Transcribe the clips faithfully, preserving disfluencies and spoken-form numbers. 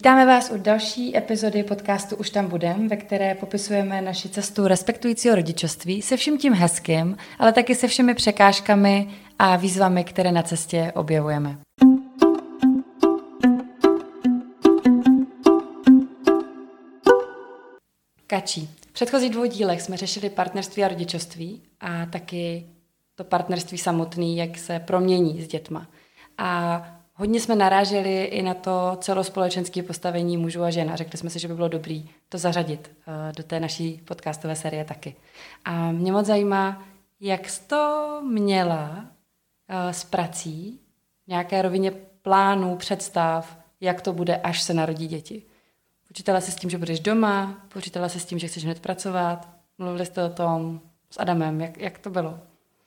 Vítáme vás u další epizody podcastu Už tam budem, ve které popisujeme naši cestu respektujícího rodičovství se vším tím hezkým, ale taky se všemi překážkami a výzvami, které na cestě objevujeme. Kačí. V předchozích dvou dílech jsme řešili partnerství a rodičovství a taky to partnerství samotný, jak se promění s dětma. A hodně jsme naráželi i na to celospolečenské postavení mužů a žen a řekli jsme si, že by bylo dobrý to zařadit do té naší podcastové série taky. A mě moc zajímá, jak jsi to měla s prací, v nějaké rovině plánů, představ, jak to bude, až se narodí děti. Počítala jsi s tím, že budeš doma, počítala jsi s tím, že chceš hned pracovat, mluvili jste o tom s Adamem, jak, jak to bylo?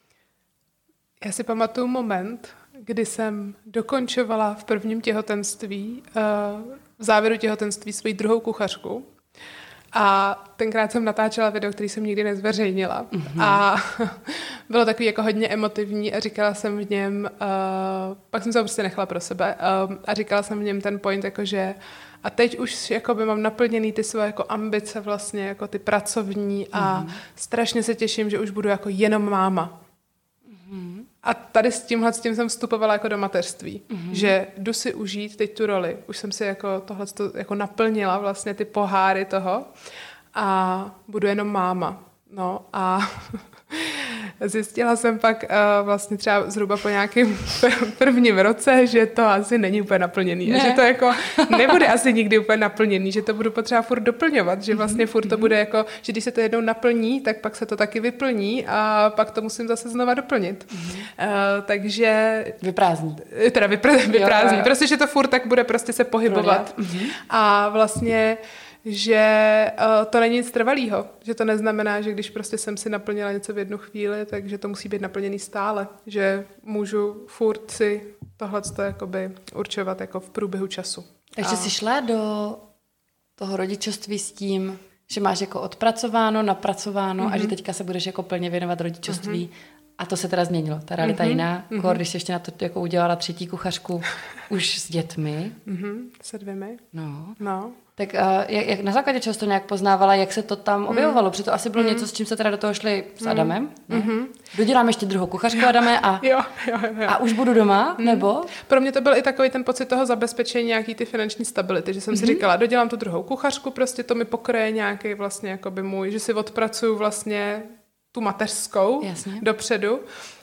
Já si pamatuju moment, kdy jsem dokončovala v prvním těhotenství, v závěru těhotenství svoji druhou kuchařku. A tenkrát jsem natáčela video, který jsem nikdy nezveřejnila. Mm-hmm. A bylo takový jako hodně emotivní a říkala jsem v něm, uh, pak jsem se ho prostě nechala pro sebe, uh, a říkala jsem v něm ten point, jakože a teď už jakoby mám naplněný ty svoje jako ambice vlastně, jako ty pracovní a mm-hmm. strašně se těším, že už budu jako jenom máma. Mm-hmm. A tady s tímhle s tím jsem vstupovala jako do mateřství, mm-hmm. že jdu si užít teď tu roli. Už jsem si jako tohle jako naplnila vlastně ty poháry toho a budu jenom máma. No a zjistila jsem pak uh, vlastně třeba zhruba po nějakém prvním roce, že to asi není úplně naplněný. Ne. A že to jako nebude asi nikdy úplně naplněný, že to budu potřeba furt doplňovat, že vlastně furt to bude jako, že když se to jednou naplní, tak pak se to taky vyplní a pak to musím zase znova doplnit. Mm-hmm. Uh, takže... Vyprázdní. Teda vypr- vyprázdní. Jo, jo. Prostě, že to furt tak bude prostě se pohybovat. Mm-hmm. A vlastně že uh, to není nic trvalýho, že to neznamená, že když prostě jsem si naplnila něco v jednu chvíli, takže to musí být naplněný stále, že můžu furt si tohleto jakoby určovat jako v průběhu času. Takže a... jsi šla do toho rodičovství s tím, že máš jako odpracováno, napracováno mm-hmm. a že teďka se budeš jako plně věnovat rodičovství mm-hmm. a to se teda změnilo. Ta realita mm-hmm. jiná, mm-hmm. Kor, když jsi ještě na to jako udělala třetí kuchařku už s dětmi. Mm-hmm. Se dvěmi. No. No. Tak uh, jak, jak na základě čeho jsi to nějak poznávala, jak se to tam objevovalo? Mm. Protože to asi bylo mm. něco, s čím se teda do toho šli s Adamem. Mm-hmm. Dodělám ještě druhou kuchařku, Adame, a, jo, jo, jo. a už budu doma, mm. nebo? Pro mě to byl i takový ten pocit toho zabezpečení nějaký ty finanční stability, že jsem mm-hmm. si říkala, dodělám tu druhou kuchařku, prostě to mi pokryje nějaký vlastně jakoby můj, že si odpracuju vlastně tu mateřskou Jasně. dopředu.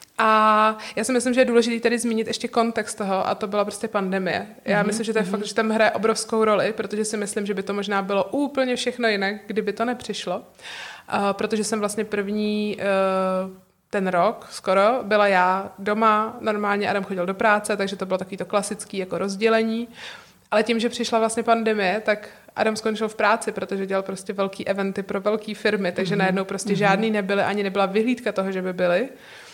A já si myslím, že je důležité tady zmínit ještě kontext toho a to byla prostě pandemie. Já mm-hmm. myslím, že to je mm-hmm. fakt, že tam hraje obrovskou roli, protože si myslím, že by to možná bylo úplně všechno jinak, kdyby to nepřišlo. Uh, protože jsem vlastně první uh, ten rok skoro byla já doma, normálně Adam chodil do práce, takže to bylo takový to klasický jako rozdělení. Ale tím, že přišla vlastně pandemie, tak Adam skončil v práci, protože dělal prostě velký eventy pro velké firmy, takže mm-hmm. najednou prostě mm-hmm. žádný nebyly, ani nebyla vyhlídka toho, že by byly.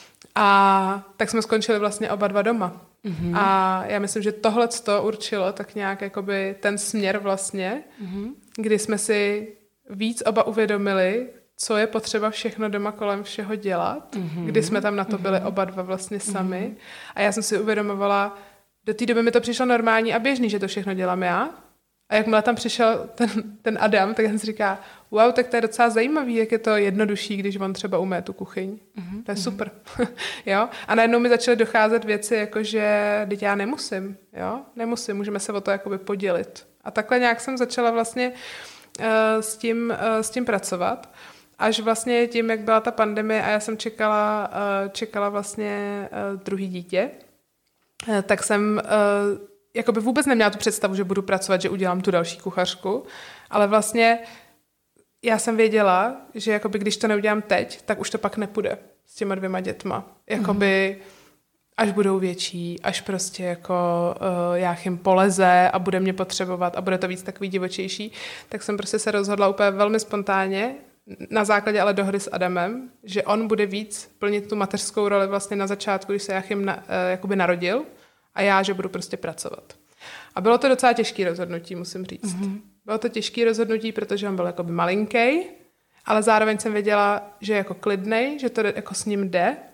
A tak jsme skončili vlastně oba dva doma. Mm-hmm. A já myslím, že tohleto určilo tak nějak jakoby ten směr vlastně, mm-hmm. kdy jsme si víc oba uvědomili, co je potřeba všechno doma kolem všeho dělat, mm-hmm. kdy jsme tam na to byli mm-hmm. oba dva vlastně sami. Mm-hmm. A já jsem si uvědomovala, do té doby mi to přišlo normální a běžný, že to všechno dělám já. A jakmile tam přišel ten, ten Adam, tak jsem si říká, wow, tak to je docela zajímavý, jak je to jednodušší, když on třeba umé tu kuchyň. Mm-hmm. To je super. Jo? A najednou mi začaly docházet věci, jako že teď já nemusím. Jo? Nemusím, můžeme se o to jakoby podělit. A takhle nějak jsem začala vlastně uh, s, tím, uh, s tím pracovat. Až vlastně tím, jak byla ta pandemie a já jsem čekala, uh, čekala vlastně uh, druhý dítě, uh, tak jsem... Uh, jakoby vůbec neměla tu představu, že budu pracovat, že udělám tu další kuchařku, ale vlastně já jsem věděla, že jakoby když to neudělám teď, tak už to pak nepůjde s těma dvěma dětma. Jakoby až budou větší, až prostě jako uh, Jáchym poleze a bude mě potřebovat a bude to víc takový divočejší, tak jsem prostě se rozhodla úplně velmi spontánně, na základě ale dohody s Adamem, že on bude víc plnit tu mateřskou roli vlastně na začátku, když se Jáchym na, uh, jakoby narodil, a já, že budu prostě pracovat. A bylo to docela těžké rozhodnutí, musím říct. Mm-hmm. Bylo to těžké rozhodnutí, protože on byl jakoby malinký, ale zároveň jsem věděla, že je jako klidnej, že to jako s ním jde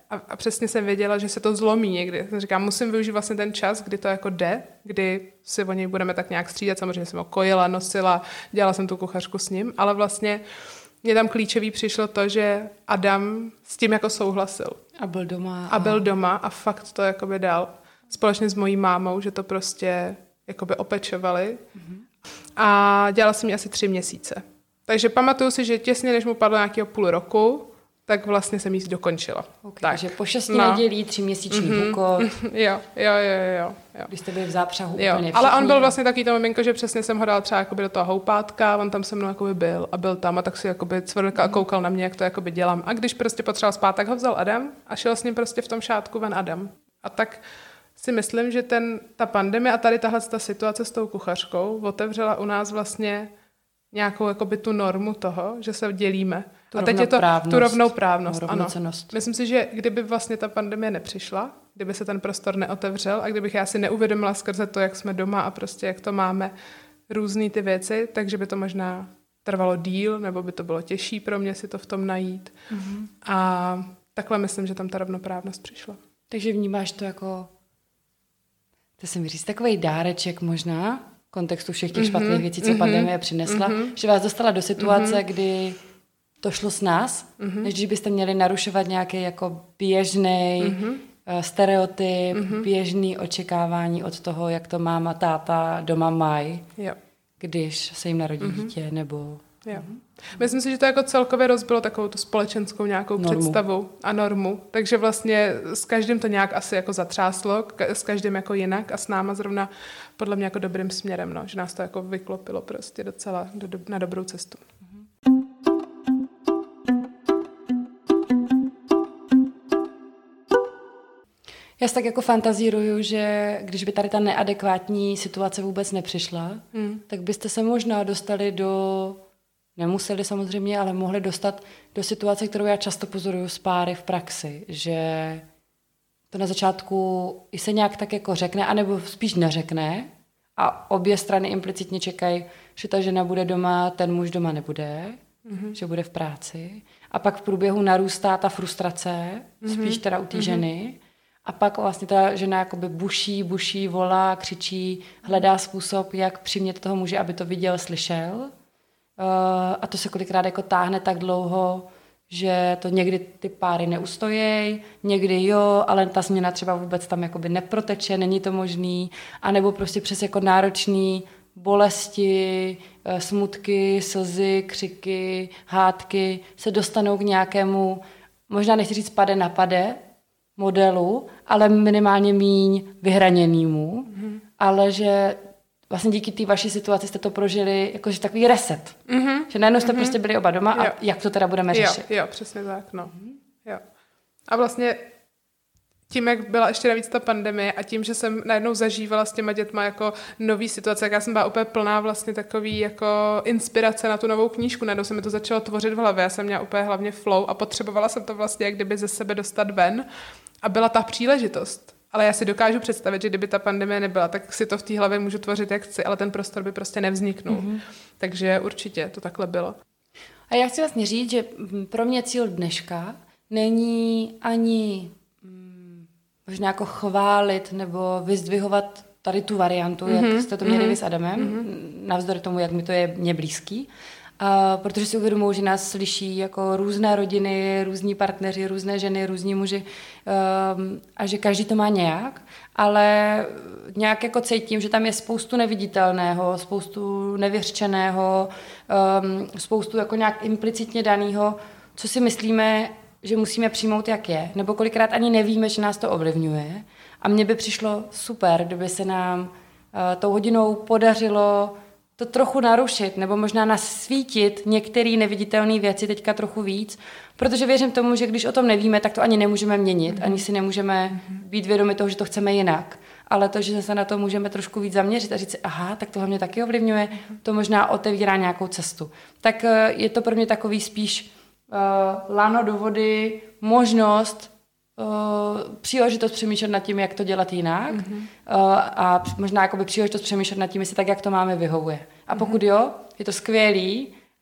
a, a přesně jsem věděla, že se to zlomí někdy. Jsem říkala, musím využít vlastně ten čas, kdy to jako jde, kdy si o něj budeme tak nějak střídat. Samozřejmě jsem ho kojila, nosila, dělala jsem tu kuchařku s ním, ale vlastně mě tam klíčový přišlo to, že Adam s tím jako souhlasil. A byl doma. A, a byl doma a fakt to jakoby dal. Společně s mojí mámou, že to prostě jakoby opečovali. Mm-hmm. A dělala jsem ji asi tři měsíce. Takže pamatuju si, že těsně, než mu padlo nějakého půl roku, tak vlastně jsem jí dokončila. Okay, tak. Takže po šesti no. nedělí tříměsíční mm-hmm. úkol. jo, jo, jo, jo, jo. Když jste byli v zápřahu jo. úplně všichni. Ale on byl vlastně takový to maminko, že přesně jsem ho dala třeba do toho houpátka, on tam se mnou jakoby byl a byl tam a tak si jakoby cvrlka a koukal na mě, jak to jakoby dělám. A když prostě potřeboval spát, tak ho vzal Adam a šel s ním prostě v tom šátku ven Adam. A tak si myslím, že ten, ta pandemie a tady tahle ta situace s tou kuchařkou otevřela u nás vlastně nějakou jakoby tu normu toho, že se dělíme. Tu a teď je to tu rovnoprávnost. Ano. Myslím si, že kdyby vlastně ta pandemie nepřišla, kdyby se ten prostor neotevřel a kdybych já si neuvědomila skrze to, jak jsme doma a prostě jak to máme různý ty věci, takže by to možná trvalo díl, nebo by to bylo těžší pro mě si to v tom najít. Mm-hmm. A takhle myslím, že tam ta rovnoprávnost přišla. Takže vnímáš to jako, to se mi říct, takovej dáreček možná, v kontextu všech těch mm-hmm. špatných věcí, co mm-hmm. pandemie přinesla, mm-hmm. že vás dostala do situace, mm-hmm. kdy to šlo s nás, mm-hmm. než když byste měli narušovat nějaký jako běžný mm-hmm. uh, stereotyp, mm-hmm. běžný očekávání od toho, jak to máma, táta doma mají, když se jim narodí mm-hmm. dítě, nebo... Jo. Mm-hmm. Myslím si, že to jako celkově rozbilo takovou tu společenskou nějakou normu. představu a normu, takže vlastně s každým to nějak asi jako zatřáslo, s každým jako jinak a s náma zrovna podle mě jako dobrým směrem, no, že nás to jako vyklopilo prostě docela do, do, na dobrou cestu. Já si tak jako fantazíruju, že když by tady ta neadekvátní situace vůbec nepřišla, hmm. tak byste se možná dostali do... Nemuseli samozřejmě, ale mohli dostat do situace, kterou já často pozoruju s páry v praxi, že to na začátku i se nějak tak jako řekne, anebo spíš neřekne a obě strany implicitně čekají, že ta žena bude doma, ten muž doma nebude, mm-hmm. že bude v práci. A pak v průběhu narůstá ta frustrace, mm-hmm. spíš teda u té mm-hmm. ženy. A pak vlastně ta žena jakoby buší, buší, volá, křičí, hledá způsob, jak přimět toho muže, aby to viděl, slyšel. Uh, a to se kolikrát jako táhne tak dlouho, že to někdy ty páry neustojí, někdy jo, ale ta změna třeba vůbec tam jakoby neproteče, není to možný, anebo prostě přes jako náročný bolesti, smutky, slzy, křiky, hádky se dostanou k nějakému, možná nechci říct pade na pade modelu, ale minimálně míň vyhraněnému, mm-hmm. ale že vlastně díky té vaší situaci jste to prožili jakože takový reset. Mm-hmm. Že najednou jste mm-hmm. prostě byli oba doma jo. a jak to teda budeme řešit. Jo, jo přesně tak, no. Mm-hmm. Jo. A vlastně tím, jak byla ještě navíc ta pandemie a tím, že jsem najednou zažívala s těma dětma jako nový situace, jak já jsem byla úplně plná vlastně takový jako inspirace na tu novou knížku, najednou se mi to začalo tvořit v hlavě, já jsem měla úplně hlavně flow a potřebovala jsem to vlastně jak kdyby ze sebe dostat ven a byla ta příležitost. Ale já si dokážu představit, že kdyby ta pandemie nebyla, tak si to v té hlavě můžu tvořit jak chci, ale ten prostor by prostě nevzniknul. Mm-hmm. Takže určitě to takhle bylo. A já chci vlastně říct, že pro mě cíl dneška není ani mm, možná jako chválit nebo vyzdvihovat tady tu variantu, mm-hmm. jak jste to měli mm-hmm. vy s Adamem, mm-hmm. navzdory tomu, jak mi to je mě blízký. A protože si uvědomuji, že nás slyší jako různé rodiny, různí partneři, různé ženy, různí muži um, a že každý to má nějak, ale nějak jako cítím, že tam je spoustu neviditelného, spoustu nevyřčeného, um, spoustu jako nějak implicitně daného, co si myslíme, že musíme přijmout, jak je, nebo kolikrát ani nevíme, že nás to ovlivňuje. A mně by přišlo super, kdyby se nám uh, tou hodinou podařilo to trochu narušit, nebo možná nasvítit některé neviditelné věci teďka trochu víc, protože věřím tomu, že když o tom nevíme, tak to ani nemůžeme měnit, mm-hmm. ani si nemůžeme mm-hmm. být vědomi toho, že to chceme jinak. Ale to, že se na to můžeme trošku víc zaměřit a říct si, aha, tak tohle mě taky ovlivňuje, mm-hmm. to možná otevírá nějakou cestu. Tak je to pro mě takový spíš uh, lano do vody, možnost, Uh, příležitost přemýšlet nad tím, jak to dělat jinak mm-hmm. uh, a možná jakoby příležitost přemýšlet nad tím, jestli tak, jak to máme, vyhovuje. A pokud mm-hmm. jo, je to skvělý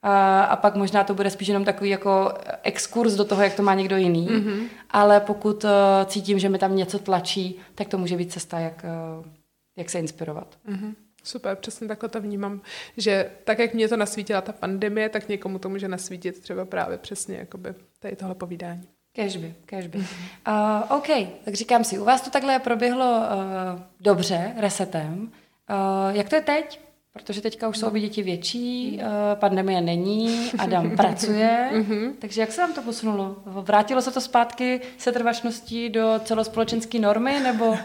a, a pak možná to bude spíš jenom takový jako exkurs do toho, jak to má někdo jiný. Mm-hmm. Ale pokud uh, cítím, že mi tam něco tlačí, tak to může být cesta, jak, uh, jak se inspirovat. Mm-hmm. Super, přesně takhle to vnímám, že tak, jak mě to nasvítila ta pandemie, tak někomu to může nasvítit třeba právě přesně jakoby tady tohle povídání. Kéžby, kéžby. Mm-hmm. Uh, OK, tak říkám si, u vás to takhle proběhlo uh, dobře, resetem. Uh, jak to je teď? Protože teďka už jsou obě děti větší, uh, pandemie není, Adam pracuje, mm-hmm. takže jak se vám to posunulo? Vrátilo se to zpátky setrvačností do celospolečenské normy, nebo...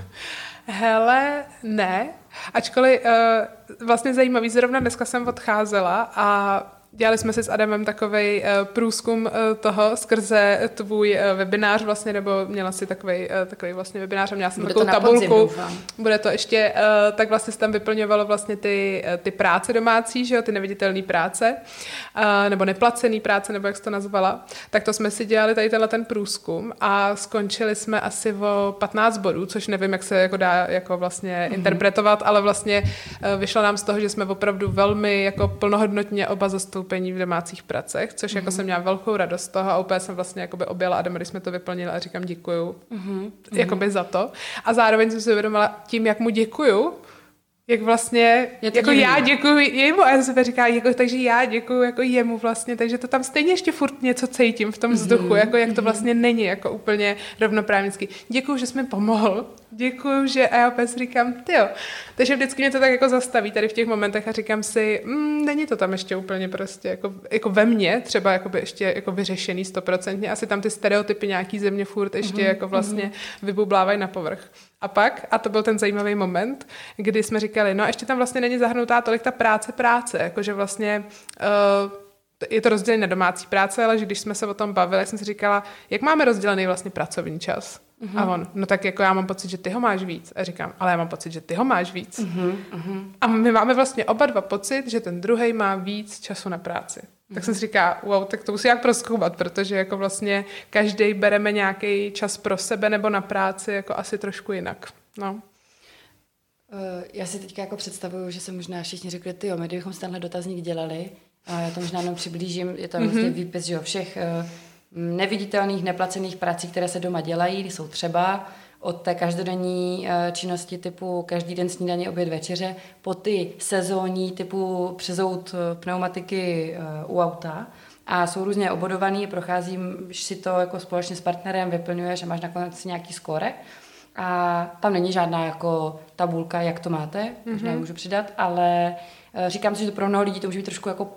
Hele, ne. Ačkoliv uh, vlastně zajímavý, zrovna dneska jsem odcházela a dělali jsme si s Adamem takovej uh, průzkum uh, toho skrze tvůj uh, webinář vlastně, nebo měla si takovej, uh, takovej vlastně webinář a měla jsem Bude takovou tabulku. Podzim, Bude to ještě, uh, tak vlastně se tam vyplňovalo vlastně ty, uh, ty práce domácí, že jo, ty neviditelné práce, uh, nebo neplacený práce, nebo jak jsi to nazvala. Tak to jsme si dělali tady tenhle ten průzkum a skončili jsme asi o patnáct bodů, což nevím, jak se jako dá jako vlastně mm-hmm. interpretovat, ale vlastně uh, vyšlo nám z toho, že jsme opravdu velmi jako plnohodnotně oba zastoupení v domácích pracech, což mm-hmm. jako jsem měla velkou radost z toho a úplně jsem vlastně jakoby objela Adama, když jsme to vyplnili a říkám děkuju mm-hmm. jakoby za to. A zároveň jsem si uvědomila tím, jak mu děkuju, jak vlastně, jako divný. Já děkuju jemu a já se říká, jako, takže já děkuju jako jemu vlastně, takže to tam stejně ještě furt něco cítím v tom vzduchu, mm-hmm. jako jak to vlastně není jako úplně rovnoprávnický. Děkuju, že jsi mi pomohl, děkuju, že a já opět říkám, tyjo. Takže vždycky mě to tak jako zastaví tady v těch momentech a říkám si, mm, není to tam ještě úplně prostě jako, jako ve mně, třeba jakoby ještě jako vyřešený stoprocentně, asi tam ty stereotypy nějaký země furt ještě mm-hmm. jako vlastně vybublávají na povrch. A pak, a to byl ten zajímavý moment, kdy jsme říkali, no ještě tam vlastně není zahrnutá tolik ta práce práce, jakože vlastně uh, je to rozdělené na domácí práce, ale že když jsme se o tom bavili, jsem si říkala, jak máme rozdělený vlastně pracovní čas. Uh-huh. A on, no tak jako já mám pocit, že ty ho máš víc. A říkám, ale já mám pocit, že ty ho máš víc. Uh-huh. Uh-huh. A my máme vlastně oba dva pocit, že ten druhej má víc času na práci. Tak mm. jsem si říká, wow, tak to musí jak prozkoumat, protože jako vlastně každý bereme nějaký čas pro sebe nebo na práci jako asi trošku jinak. No. Uh, já si teďka jako představuju, že se možná všichni řekli, ty jo, my kdybychom si tenhle dotazník dělali, a já to možná jenom přiblížím, je to mm-hmm. vlastně výpis, že jo, všech uh, neviditelných, neplacených prací, které se doma dělají, jsou třeba od té každodenní činnosti typu každý den snídaně, oběd, večeře, po ty sezónní typu přezout pneumatiky u auta a jsou různě obodovaný, procházím si to jako společně s partnerem, vyplňuješ a máš nakonec nějaký skóre a tam není žádná jako tabulka, jak to máte, možná mm-hmm. můžu přidat, ale říkám si, že to pro mnoho lidí to může být trošku jako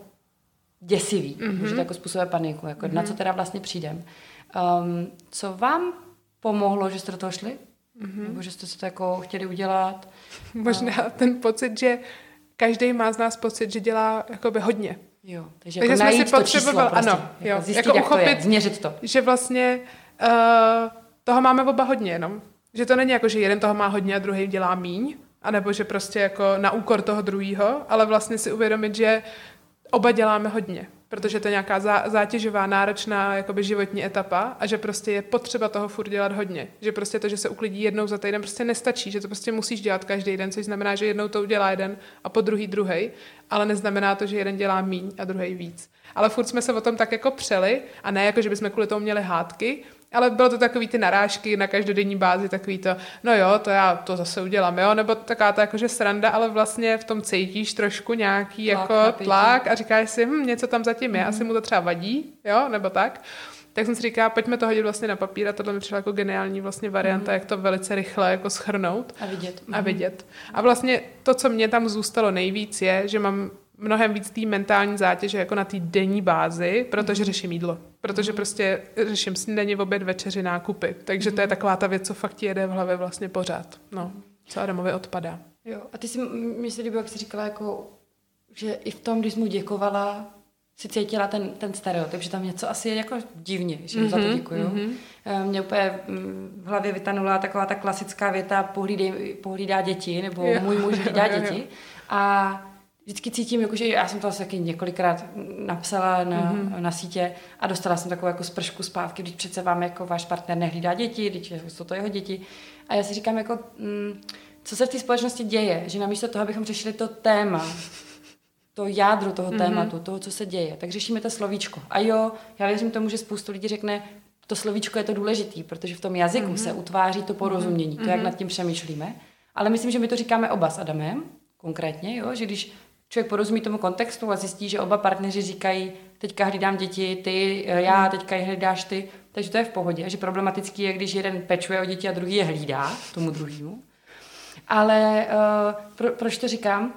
děsivý, mm-hmm. může to jako způsobuje paniku, jako mm-hmm. na co teda vlastně přijdem. Um, co vám pomohlo, že jste do toho šli? Mm-hmm. Nebo že jste se to jako chtěli udělat? Možná a... ten pocit, že každý má z nás pocit, že dělá jakoby hodně. Jo, takže, takže jako najít to číslo prostě. Ano, jo, jako zjistit, jako jak uchopit, to je, změřit to. Že vlastně uh, toho máme oba hodně jenom. Že to není jako, že jeden toho má hodně a druhý dělá míň, anebo že prostě jako na úkor toho druhýho, ale vlastně si uvědomit, že oba děláme hodně, protože to je nějaká zá, zátěžová, náročná jakoby životní etapa a že prostě je potřeba toho furt dělat hodně. Že prostě to, že se uklidí jednou za týden, prostě nestačí, že to prostě musíš dělat každý den, což znamená, že jednou to udělá jeden a po druhý druhej, ale neznamená to, že jeden dělá míň a druhý víc. Ale furt jsme se o tom tak jako přeli a ne jako, že bychom kvůli tomu měli hádky, ale bylo to takový ty narážky na každodenní bázi, takový to, no jo, to já to zase udělám, jo, nebo taká ta jakože sranda, ale vlastně v tom cítíš trošku nějaký tlak, jako tlak a říkáš si, hm, něco tam zatím je, mm. asi mu to třeba vadí, jo, nebo tak. Tak jsem si říkala, pojďme to hodit vlastně na papír a tohle mi přišla jako geniální vlastně varianta, mm. jak to velice rychle jako shrnout. A vidět. A vidět. A vlastně to, co mě tam zůstalo nejvíc, je, že mám mnohem víc té mentální zátěže jako na té denní bázi, protože mm. řeším jídlo. Protože mm. prostě řeším snídaně, oběd, večeři, nákupy. Takže mm. to je taková ta věc, co fakt ti jede v hlavě vlastně pořád. No, co Adamovi odpadá. Jo, a ty si, mi se líbilo, jak jsi říkala, jako, že i v tom, když jsi mu děkovala, si cítila ten, ten stereotyp, že tam něco asi je jako divně, že mm-hmm, za to děkuju. Mm-hmm. Mě úplně v hlavě vytanula taková ta klasická věta pohlídej, pohlídá děti, nebo jo. můj muž hlídá děti. A vždycky cítím, jakože já jsem to asi taky několikrát napsala na, mm-hmm. na sítě a dostala jsem takovou jako spršku zpátky, když přece vám jako váš partner nehlídá děti, když jsou to jeho děti. A já si říkám, jako, mm, co se v té společnosti děje, že namísto toho, abychom řešili to téma, to jádro toho mm-hmm. tématu, toho, co se děje. Tak řešíme to slovíčko. A jo, já věřím tomu, že spoustu lidí řekne, to slovíčko je to důležitý, protože v tom jazyku mm-hmm. se utváří to porozumění, mm-hmm. to, jak nad tím přemýšlíme. Ale myslím, že my to říkáme oba s Adamem, konkrétně, jo? Že když člověk porozumí tomu kontextu a zjistí, že oba partneři říkají, teďka hlídám děti, ty, já, teďka je hlídáš ty, takže to je v pohodě. A že problematický je, když jeden pečuje o děti a druhý je hlídá tomu druhému. Ale uh, pro, proč to říkám?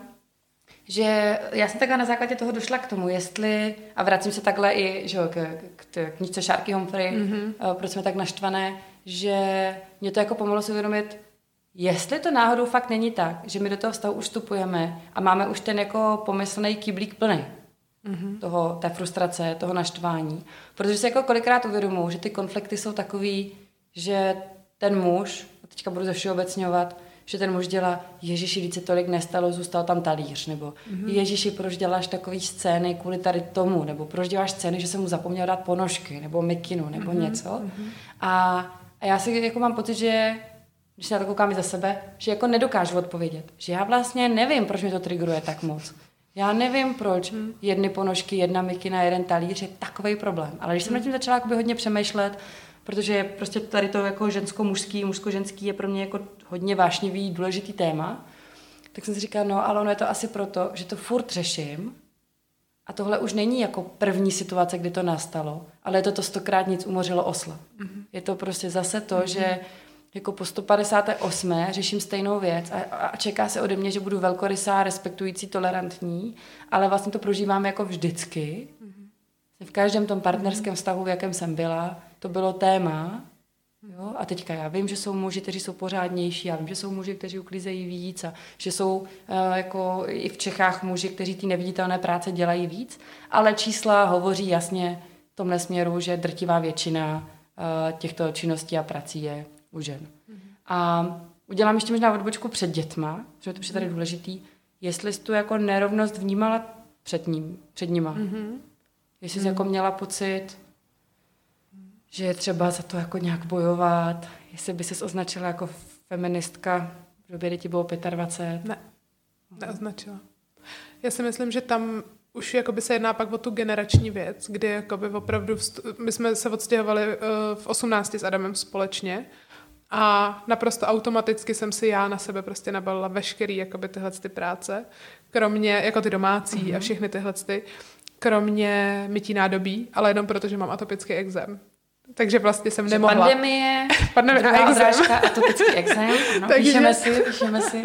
Že já jsem takhle na základě toho došla k tomu, jestli, a vracím se takhle i že jo, k, k, k knížce Šárky Humphrey, mm-hmm. uh, proč jsme tak naštvané, že mě to jako pomohlo si uvědomit, jestli to náhodou fakt není tak, že my do toho vztahu už vstupujeme a máme už ten jako pomyslný kyblík plný mm-hmm. toho, té frustrace, toho naštvání. Protože si jako kolikrát uvědomuji, že ty konflikty jsou takový, že ten muž, a teďka budu ze všeobecňovat, že ten muž dělá, Ježiši, víc se tolik nestalo, zůstal tam talíř, nebo mm-hmm. Ježiši, proč děláš takový scény kvůli tady tomu, nebo proč děláš scény, že jsem mu zapomněl dát ponožky, nebo mikinu, nebo mm-hmm. něco. Mm-hmm. A, a já si jako mám pocit, že když se na to koukám i za sebe, že jako nedokážu odpovědět. Že já vlastně nevím, proč mě to triggeruje tak moc. Já nevím, proč hmm. jedny ponožky, jedna mikina, jeden talíř je takovej problém. Ale když jsem nad tím začala jakoby hodně přemýšlet, protože prostě tady to jako žensko-mužský, mužsko-ženský je pro mě jako hodně vášnivý, důležitý téma, tak jsem si říkala, no ale ono je to asi proto, že to furt řeším a tohle už není jako první situace, kdy to nastalo, ale je to to stokrát nic umořilo osla. Hmm. Je to prostě zase to, hmm. že jako po sto padesát osm řeším stejnou věc a, a čeká se ode mě, že budu velkorysá, respektující, tolerantní, ale vlastně to prožívám jako vždycky. Mm-hmm. V každém tom partnerském vztahu, v jakém jsem byla, to bylo téma. Jo? A teďka já vím, že jsou muži, kteří jsou pořádnější, já vím, že jsou muži, kteří uklízejí víc a že jsou uh, jako i v Čechách muži, kteří ty neviditelné práce dělají víc, ale čísla hovoří jasně v tomhle směru, že drtivá většina uh, těchto činností a prací je u žen. Mm-hmm. A udělám ještě možná odbočku před dětma, protože to je tady důležitý, jestli jsi tu jako nerovnost vnímala před ním, před nima. Mm-hmm. Jestli jsi mm-hmm. jako měla pocit, že je třeba za to jako nějak bojovat, jestli by ses označila jako feministka, v době, kdy ti bylo dvacet pět. Ne, neoznačila. Já si myslím, že tam už jakoby se jedná pak o tu generační věc, kdy jakoby opravdu, vstu- my jsme se odstěhovali uh, v osmnácti s Adamem společně a naprosto automaticky jsem si já na sebe prostě nabalila veškerý jakoby tyhle ty práce, kromě, jako ty domácí mm-hmm. a všechny tyhle ty, kromě mytí nádobí, ale jenom proto, že mám atopický ekzém. Takže vlastně jsem že nemohla. Pandemie, pandemie druhá odrážka, atopický ekzém, ano, Takže... píšeme si, píšeme si.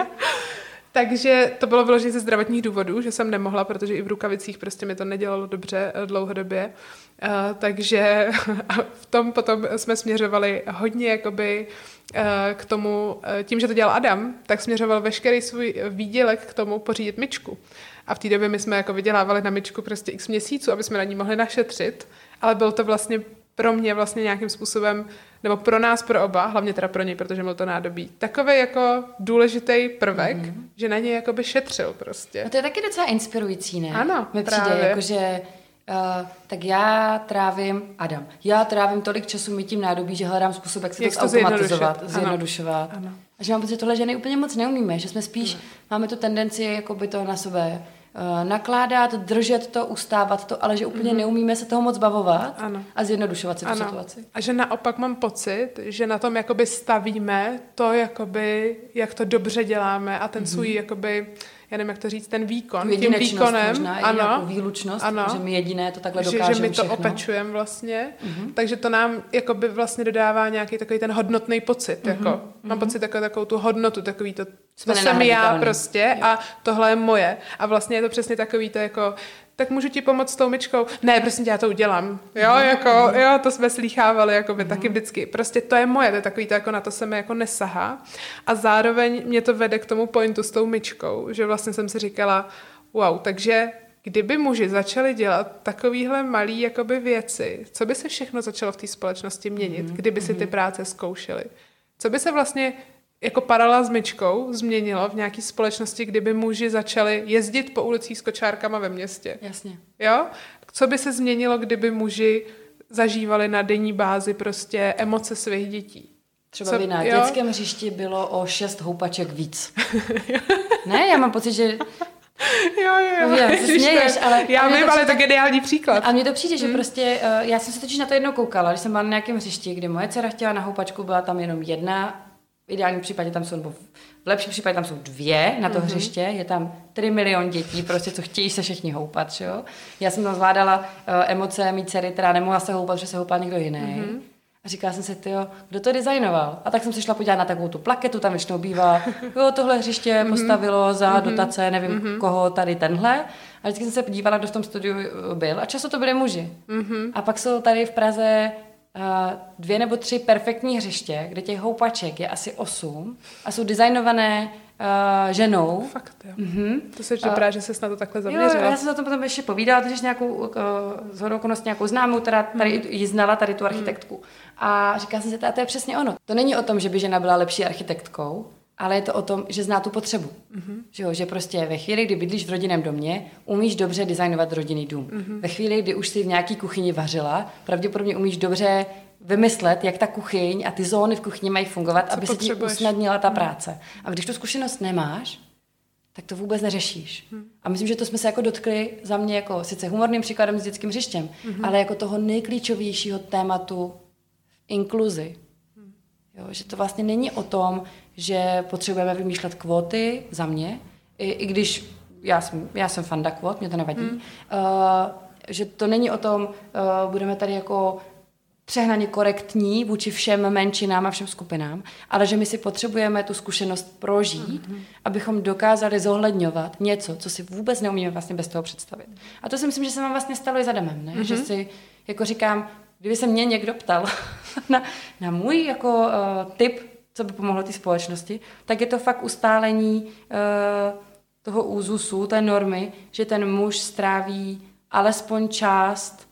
Takže to bylo vyloženě ze zdravotních důvodů, že jsem nemohla, protože i v rukavicích prostě mi to nedělalo dobře dlouhodobě. Uh, takže v tom potom jsme směřovali hodně jakoby uh, k tomu, uh, tím, že to dělal Adam, tak směřoval veškerý svůj výdělek k tomu pořídit myčku. A v té době my jsme jako vydělávali na myčku prostě x měsíců, aby jsme na ní mohli našetřit, ale bylo to vlastně pro mě vlastně nějakým způsobem, nebo pro nás, pro oba, hlavně teda pro něj, protože měl to nádobí, takový jako důležitý prvek, mm-hmm. že na něj jakoby šetřil prostě. No to je taky docela inspirující, ne? Ano, mi přijde, právě. Jakože, uh, tak já trávím, Adam, já trávím tolik času mytím nádobí, že hledám způsob, jak se jak to zautomatizovat, zjednodušovat. Ano. A že mám pocit, že tohle ženy úplně moc neumíme, že jsme spíš, ano. máme tu tendenci jakoby to na sebe nakládat, držet to, ustávat to, ale že úplně mm-hmm. neumíme se toho moc bavovat ano. a zjednodušovat si tu ano. situaci. A že naopak mám pocit, že na tom jakoby stavíme to, jakoby, jak to dobře děláme a ten mm-hmm. svůj, jakoby, já nevím, jak to říct, ten výkon, tím výkonem. Možná, ano, výlučnost, ano. že my jediné to takhle dokážeme že, že my to všechno. opečujeme vlastně, mm-hmm. takže to nám jakoby vlastně dodává nějaký takový ten hodnotný pocit. Mm-hmm. Jako. Mm-hmm. Mám pocit jako takovou tu hodnotu, takový to, to jsem já prostě jo. a tohle je moje. A vlastně je to přesně takový to jako, tak můžu ti pomoct s tou myčkou? Ne, prostě já to udělám. Jo, mm-hmm. jako, jo, to jsme slýchávali jako by mm-hmm. taky vždycky. Prostě to je moje, to je takový to, jako na to se mi jako nesahá. A zároveň mě to vede k tomu pointu s tou myčkou, že vlastně jsem si říkala, wow, takže kdyby muži začali dělat takovýhle malý jakoby věci, co by se všechno začalo v té společnosti měnit, mm-hmm. kdyby si ty práce zkoušeli? Co by se vlastně jako paralela s myčkou změnilo v nějaké společnosti, kdyby muži začali jezdit po ulicích s kočárkama ve městě. Jasně. Jo? Co by se změnilo, kdyby muži zažívali na denní bázi prostě emoce svých dětí? Třeba Co, by na jo? dětském hřišti bylo o šest houpaček víc. Ne, já mám pocit, že Jo, jo, jo. Já se směješ, ale... Já vím, ale to je geniální příklad. A mně to přijde, že hmm. prostě, uh, já jsem se totiž na to jednou koukala, když jsem byla na nějakém hřišti, kde moje dcera chtěla na houpačku, byla tam jenom jedna, v ideálním případě tam jsou, nebo v lepším případě tam jsou dvě na to mm-hmm. hřiště, je tam tři milion dětí, prostě co chtějí se všichni houpat, jo. Já jsem tam zvládala uh, emoce mý dcery, která nemohla se houpat, protože se houpal někdo jiný. Mm-hmm. A říkala jsem si, tyjo, kdo to designoval? A tak jsem se šla podívat na takovou tu plaketu, tam většinou bývá, jo, tohle hřiště mm-hmm. postavilo za mm-hmm. dotace, nevím mm-hmm. koho, tady tenhle. A vždycky jsem se podívala, kdo v tom studiu byl. A často to byly muži. Mm-hmm. A pak jsou tady v Praze uh, dvě nebo tři perfektní hřiště, kde těch houpaček je asi osm a jsou designované uh, ženou. Fakt, jo. Mm-hmm. To se dobrá, uh, že ses na to takhle zaměřila. Jo, já jsem o tom potom ještě povídala, takže nějakou uh, zhodou okolností nějakou známou, která tady mm. ji znala, tady tu architektku. Mm. A říkala jsem si, to je přesně ono. To není o tom, že by žena byla lepší architektkou, ale je to o tom, že zná tu potřebu. Mm-hmm. Že, jo, že prostě ve chvíli, kdy bydlíš v rodinném domě, umíš dobře designovat rodinný dům. Mm-hmm. Ve chvíli, kdy už si v nějaký kuchyni vařila, pravděpodobně umíš dobře vymyslet, jak ta kuchyň a ty zóny v kuchyni mají fungovat, co aby se ti usnadnila ta práce. A když tu zkušenost nemáš, tak to vůbec neřešíš. Mm. A myslím, že to jsme se jako dotkli za mě jako sice humorným příkladem s dětským hřištěm, mm-hmm. ale jako toho nejklíčovějšího tématu inkluzi. Mm. Jo, že to vlastně není o tom, že potřebujeme vymýšlet kvóty za mě, i, i když já jsem, já jsem fanda kvót, mě to nevadí, mm. uh, že to není o tom, uh, budeme tady jako přehnaně korektní vůči všem menšinám a všem skupinám, ale že my si potřebujeme tu zkušenost prožít, mm-hmm. abychom dokázali zohledňovat něco, co si vůbec neumíme vlastně bez toho představit. A to si myslím, že se vám vlastně stalo i za Demem, ne? Mm-hmm. Že si jako říkám, kdyby se mě někdo ptal na, na můj jako uh, tip, co by pomohlo té společnosti, tak je to fakt ustálení uh, toho úzusu, té normy, že ten muž stráví alespoň část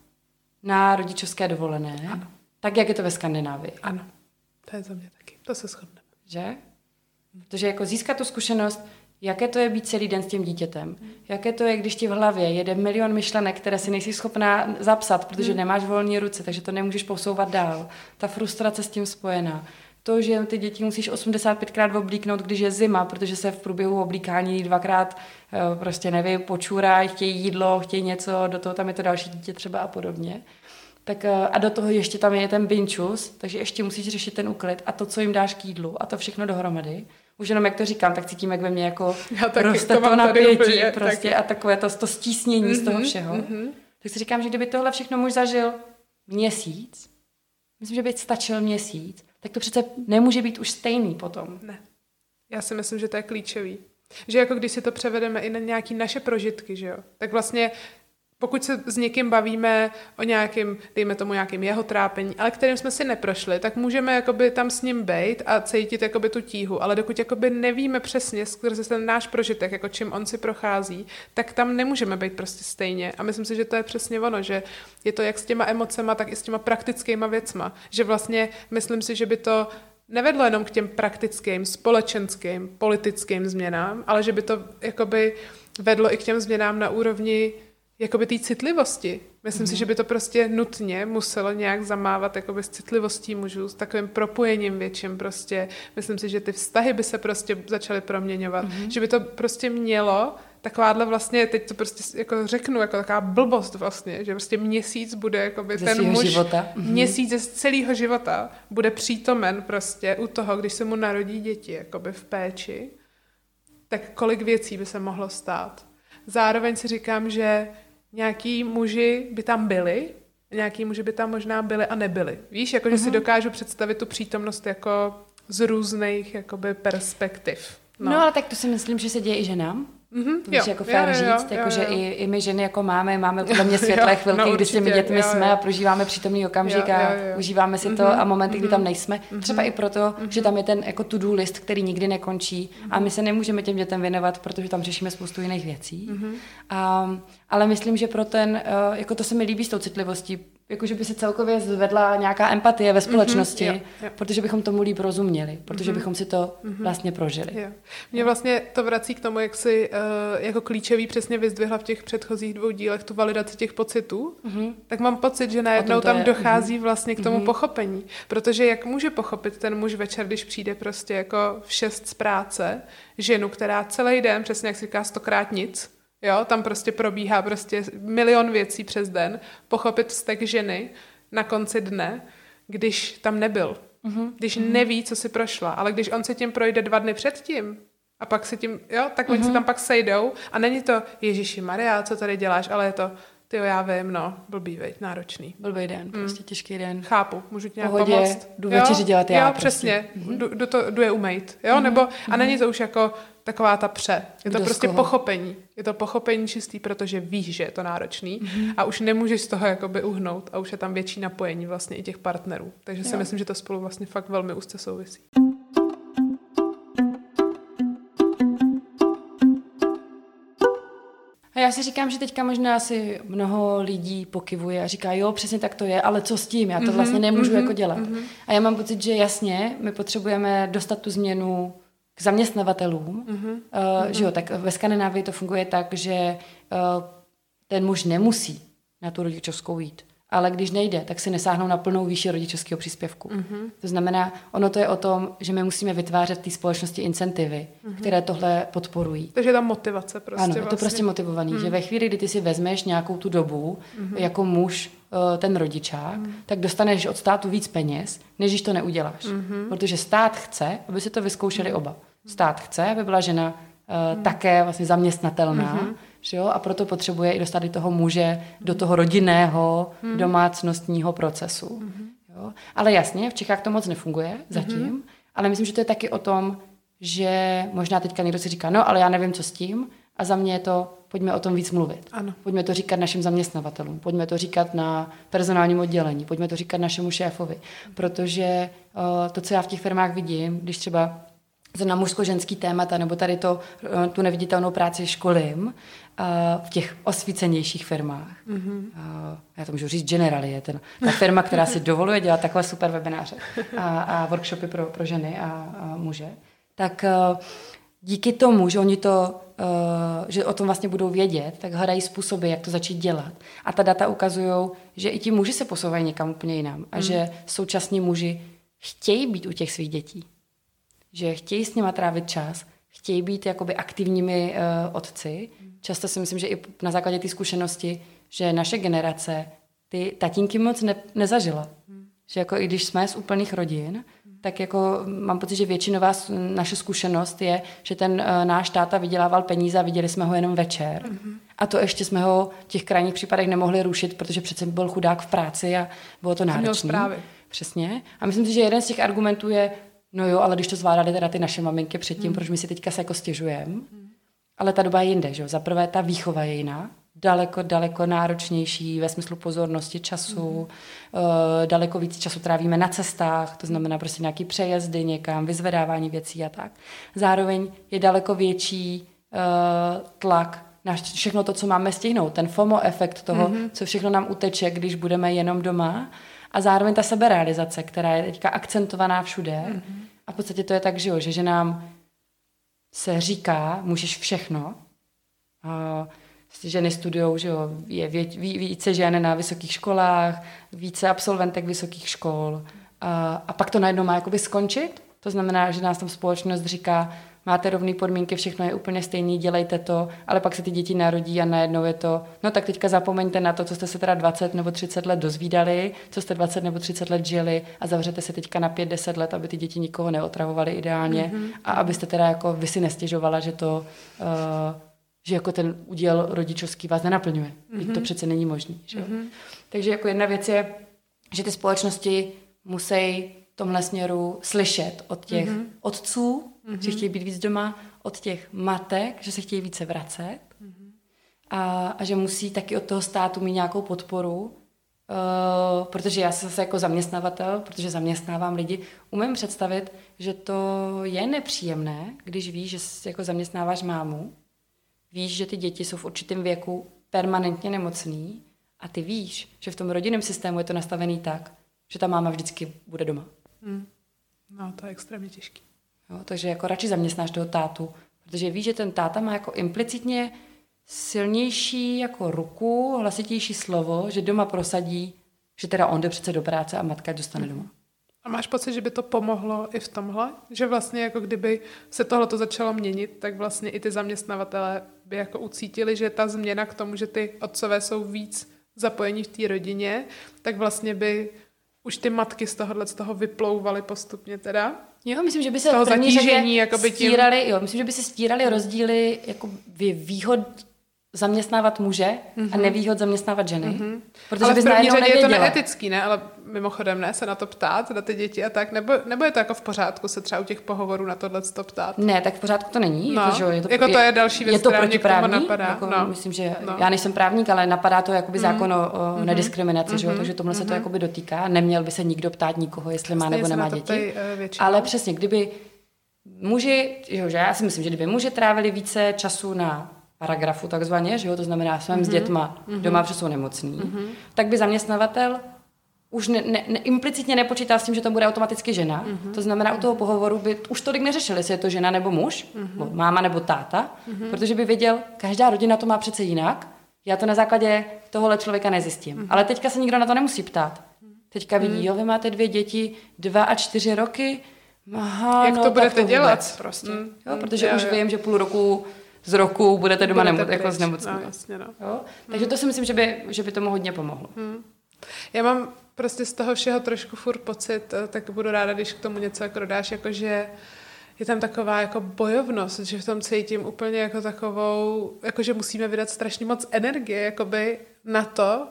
na rodičovské dovolené, ano. Tak jak je to ve Skandinávii. Ano, to je za mě taky, to se shodneme. Že? Protože jako získat tu zkušenost, jaké to je být celý den s tím dítětem, hmm. jaké to je, když ti v hlavě jede milion myšlenek, které si nejsi schopná zapsat, protože hmm. nemáš volné ruce, takže to nemůžeš posouvat dál. Ta frustrace s tím spojená. To, že ty děti musíš osmdesát pětkrát oblíknout, když je zima, protože se v průběhu oblíkání dvakrát prostě nevím, počůrají, chtějí jídlo, chtějí něco, do toho tam je to další dítě třeba a podobně. Tak a do toho ještě tam je ten binčus, takže ještě musíš řešit ten úklid a to, co jim dáš k jídlu a to všechno dohromady. Už jenom jak to říkám, tak cítím, jak ve mně jako roste to napětí prostě taky. A takové to, to stísnění mm-hmm, z toho všeho. Mm-hmm. Tak si říkám, že kdyby tohle všechno muž zažil měsíc, myslím, že by stačil měsíc, tak to přece nemůže být už stejný potom. Ne. Já si myslím, že to je klíčový. Že jako když si to převedeme i na nějaké naše prožitky, že jo, tak vlastně pokud se s někým bavíme o nějakým, dejme tomu nějakým jeho trápení, ale kterým jsme si neprošli, tak můžeme jakoby tam s ním bejt a cítit jakoby tu tíhu, ale dokud jakoby nevíme přesně skrze ten náš prožitek, jako čím on si prochází, tak tam nemůžeme být prostě stejně. A myslím si, že to je přesně ono, že je to jak s těma emocema, tak i s těma praktickýma věcma. Že vlastně myslím si, že by to nevedlo jenom k těm praktickým, společenským, politickým změnám, ale že by to jakoby vedlo i k těm změnám na úrovni jakoby té citlivosti. Myslím mm. si, že by to prostě nutně muselo nějak zamávat jakoby s citlivostí mužů, s takovým propojením větším prostě. Myslím si, že ty vztahy by se prostě začaly proměňovat. Mm. Že by to prostě mělo takováhle vlastně, teď to prostě jako řeknu, jako taková blbost vlastně, že prostě měsíc bude jakoby ze ten muž, života. měsíc z celého života bude přítomen prostě u toho, když se mu narodí děti jakoby v péči, tak kolik věcí by se mohlo stát. Zároveň si říkám, že nějaký muži by tam byli, nějaký muži by tam možná byli a nebyli. Víš, jako, že uh-huh. si dokážu představit tu přítomnost jako z různých jakoby perspektiv. No. no ale tak to si myslím, že se děje i ženám. Mm-hmm, to můžu jako fér říct, jako, že i, i my ženy jako máme, máme podle mě světlé jo, chvilky, no, kdy s těmi dětmi jo, jsme jo. a prožíváme přítomný okamžik jo, jo, jo. a užíváme si to mm-hmm, a momenty, kdy tam nejsme. Mm-hmm, třeba i proto, mm-hmm. že tam je ten jako to-do list, který nikdy nekončí mm-hmm. a my se nemůžeme těm dětem věnovat, protože tam řešíme spoustu jiných věcí. Mm-hmm. Um, ale myslím, že pro ten, uh, jako to se mi líbí s tou citlivostí, jakože by se celkově zvedla nějaká empatie ve společnosti, mm-hmm, jo, jo. protože bychom tomu líp rozuměli, protože mm-hmm. bychom si to mm-hmm. vlastně prožili. Jo. Mě vlastně to vrací k tomu, jak si uh, jako klíčový přesně vyzdvihla v těch předchozích dvou dílech tu validaci těch pocitů, mm-hmm. tak mám pocit, že najednou tam je. dochází mm-hmm. vlastně k tomu mm-hmm. pochopení. Protože jak může pochopit ten muž večer, když přijde prostě jako v šest z práce, ženu, která celý den, přesně jak si říká, stokrát nic, Jo, tam prostě probíhá prostě milion věcí přes den. Pochopit vztek ženy na konci dne, když tam nebyl. Mm-hmm. Když mm-hmm. neví, co si prošla. Ale když on se tím projde dva dny předtím a pak se tím, jo, tak oni mm-hmm. se tam pak sejdou a není to Ježíši Maria, co tady děláš, ale je to tyjo, já vím, no, blbý, veď, náročný. Blbý den, prostě mm. těžký den. Chápu, můžu ti nějak Pohodě, pomoct. jdu večeři dělat já. Jo, prostě. Přesně, mm-hmm. jdu, jdu, to, jdu je umejt, jo, mm-hmm. nebo, a mm-hmm. není to už jako taková ta pře. Je to Kdo prostě pochopení. Je to pochopení čistý, protože víš, že je to náročný mm-hmm. a už nemůžeš z toho jakoby uhnout a už je tam větší napojení vlastně i těch partnerů. Takže jo. si myslím, že to spolu vlastně fakt velmi úzce souvisí. A já si říkám, že teďka možná si mnoho lidí pokyvuje a říká, jo, přesně tak to je, ale co s tím? Já to vlastně nemůžu mm-hmm, jako dělat. Mm-hmm. A já mám pocit, že jasně, my potřebujeme dostat tu změnu k zaměstnavatelům, mm-hmm. uh, že jo, tak ve Skandinávii to funguje tak, že uh, ten muž nemusí na tu rodičovskou jít. Ale když nejde, tak si nesáhnou na plnou výši rodičovského příspěvku. Mm-hmm. To znamená, ono to je o tom, že my musíme vytvářet v té společnosti incentivy, mm-hmm. které tohle podporují. Takže je tam motivace prostě. Ano, je vlastně. to prostě motivovaný, mm. že ve chvíli, kdy ty si vezmeš nějakou tu dobu mm-hmm. jako muž, ten rodičák, mm. tak dostaneš od státu víc peněz, než když to neuděláš. Mm-hmm. Protože stát chce, aby si to vyzkoušeli mm. oba. Stát chce, aby byla žena uh, mm. také vlastně zaměstnatelná, mm-hmm. že jo? A proto potřebuje i dostat i toho muže do toho rodinného, mm. domácnostního procesu. Mm. Jo? Ale jasně, v Čechách to moc nefunguje zatím, mm. ale myslím, že to je taky o tom, že možná teďka někdo si říká, no ale já nevím, co s tím, a za mě je to, pojďme o tom víc mluvit. Ano. Pojďme to říkat našim zaměstnavatelům, pojďme to říkat na personálním oddělení, pojďme to říkat našemu šéfovi, protože uh, to, co já v těch firmách vidím, když třeba na mužsko-ženský témata, nebo tady to, tu neviditelnou práci školím uh, v těch osvícenějších firmách. Mm-hmm. Uh, já to můžu říct Generali, je ten, ta firma, která si dovoluje dělat takhle super webináře a, a workshopy pro, pro ženy a, a muže. Tak uh, díky tomu, že oni to, uh, že o tom vlastně budou vědět, tak hledají způsoby, jak to začít dělat. A ta data ukazují, že i ti muži se posouvají někam úplně jinam a mm. že současní muži chtějí být u těch svých dětí. Že chtějí s nima trávit čas, chtějí být jakoby aktivními uh, otci. Často si myslím, že i na základě té zkušenosti, že naše generace ty tatínky moc ne, nezažila. Hmm. Že jako i když jsme z úplných rodin, hmm. tak jako mám pocit, že většinová naše zkušenost je, že ten uh, náš táta vydělával peníze a viděli jsme ho jenom večer. Hmm. A to ještě jsme ho v těch krajních případech nemohli rušit, protože přece byl chudák v práci a bylo to náročné. Přesně. A myslím si, že jeden z těch argumentů je, no jo, ale když to zvládali teda ty naše maminky předtím, hmm. proč my si teďka se jako stěžujeme. Hmm. Ale ta doba je jinde, že jo. Za prvé ta výchova je jiná, daleko, daleko náročnější ve smyslu pozornosti, času, hmm. uh, daleko víc času trávíme na cestách, to znamená prostě nějaký přejezdy někam, vyzvedávání věcí a tak. Zároveň je daleko větší uh, tlak na všechno to, co máme stihnout. Ten FOMO efekt toho, hmm. co všechno nám uteče, když budeme jenom doma. A zároveň ta seberealizace, která je teďka akcentovaná všude. Mm-hmm. A v podstatě to je tak, že, jo, že, že nám se říká, můžeš všechno. A ženy studujou, že jo, je vě, ví, více žen na vysokých školách, více absolventek vysokých škol. A, a pak to najednou má jakoby skončit. To znamená, že nás tam společnost říká, máte rovné podmínky, všechno je úplně stejný, dělejte to, ale pak se ty děti narodí a najednou je to, no tak teďka zapomeňte na to, co jste se teda dvacet nebo třicet let dozvídali, co jste dvacet nebo třicet let žili a zavřete se teďka na pět deset let, aby ty děti nikoho neotravovaly ideálně mm-hmm. a abyste teda jako vy si nestěžovala, že to, uh, že jako ten úděl rodičovský vás nenaplňuje. Mm-hmm. To přece není možný. Že? Mm-hmm. Takže jako jedna věc je, že ty společnosti musí v tomhle směru slyšet od těch mm-hmm. otců, mm-hmm. že chtějí být víc doma, od těch matek, že se chtějí více vracet mm-hmm. a, a že musí taky od toho státu mít nějakou podporu, uh, protože já se zase jako zaměstnavatel, protože zaměstnávám lidi, umím představit, že to je nepříjemné, když víš, že jako zaměstnáváš mámu, víš, že ty děti jsou v určitém věku permanentně nemocný a ty víš, že v tom rodinném systému je to nastavený tak, že ta máma vždycky bude doma. Hmm. No, to je extrémně těžký. Jo, takže jako radši zaměstnáš toho tátu, protože víš, že ten táta má jako implicitně silnější jako ruku, hlasitější slovo, že doma prosadí, že teda on jde přece do práce a matka dostane doma. A máš pocit, že by to pomohlo i v tomhle? Že vlastně jako kdyby se tohleto začalo měnit, tak vlastně i ty zaměstnavatelé by jako ucítili, že ta změna k tomu, že ty otcové jsou víc zapojení v té rodině, tak vlastně by už ty matky z tohohle z toho vyplouvaly postupně teda? Jo, myslím, že by se toho v první zatížení, řadě tím... stírali, jo, myslím, že by se stíraly rozdíly jako výhod zaměstnávat muže mm-hmm. a nevýhod zaměstnávat ženy. Mm-hmm. Protože ale bys v první řadě nevěděla. Je to neetický, ne? Ale mimochodem ne, se na to ptát, na ty děti a tak, nebo, nebo je to jako v pořádku se třeba u těch pohovorů na tohle to ptát? Ne, tak v pořádku to není. No. Jako, že je to, jako to je další věc, je to která mě k tomu protiprávní. napadá. Jako, no. Myslím, že no. já nejsem právník, ale napadá to jakoby mm. zákon o, o mm. nediskriminaci, mm. že jo? Mm. Takže tomhle mm. se to Mm. jakoby dotýká. Neměl by se nikdo ptát nikoho, jestli má Stejně nebo nemá děti. Tady, uh, ale přesně, kdyby muži, jo, že já si myslím, že kdyby muži trávili více času na paragrafu takzvaně, že jo, to znamená, jsem mm-hmm. s dětma mm-hmm. doma, protože jsou nemocný, mm-hmm. tak by zaměstnavatel už ne, ne, ne, implicitně nepočítal s tím, že to bude automaticky žena. Mm-hmm. To znamená, u toho pohovoru by už tolik neřešili, jestli je to žena nebo muž, mm-hmm. máma nebo táta, mm-hmm. protože by věděl, každá rodina to má přece jinak, já to na základě tohohle člověka nezjistím. Mm-hmm. Ale teďka se nikdo na to nemusí ptát. Teďka vidí, mm-hmm. jo, vy máte dvě děti, dva a čtyři roky, aha, jak no, to budete to dělat? Vůbec, prostě. Mm, jo, protože jo, už jo. vím, že půl roku z roku budete doma budete nemo- jako z nemocní. No, jasně, no. Jo? Takže to si myslím, že by, že by tomu hodně pomohlo. Hmm. Já mám prostě z toho všeho trošku furt pocit, tak budu ráda, když k tomu něco jako dodáš, jako že je tam taková jako bojovnost, že v tom cítím úplně jako takovou, jako že musíme vydat strašně moc energie jakoby na to,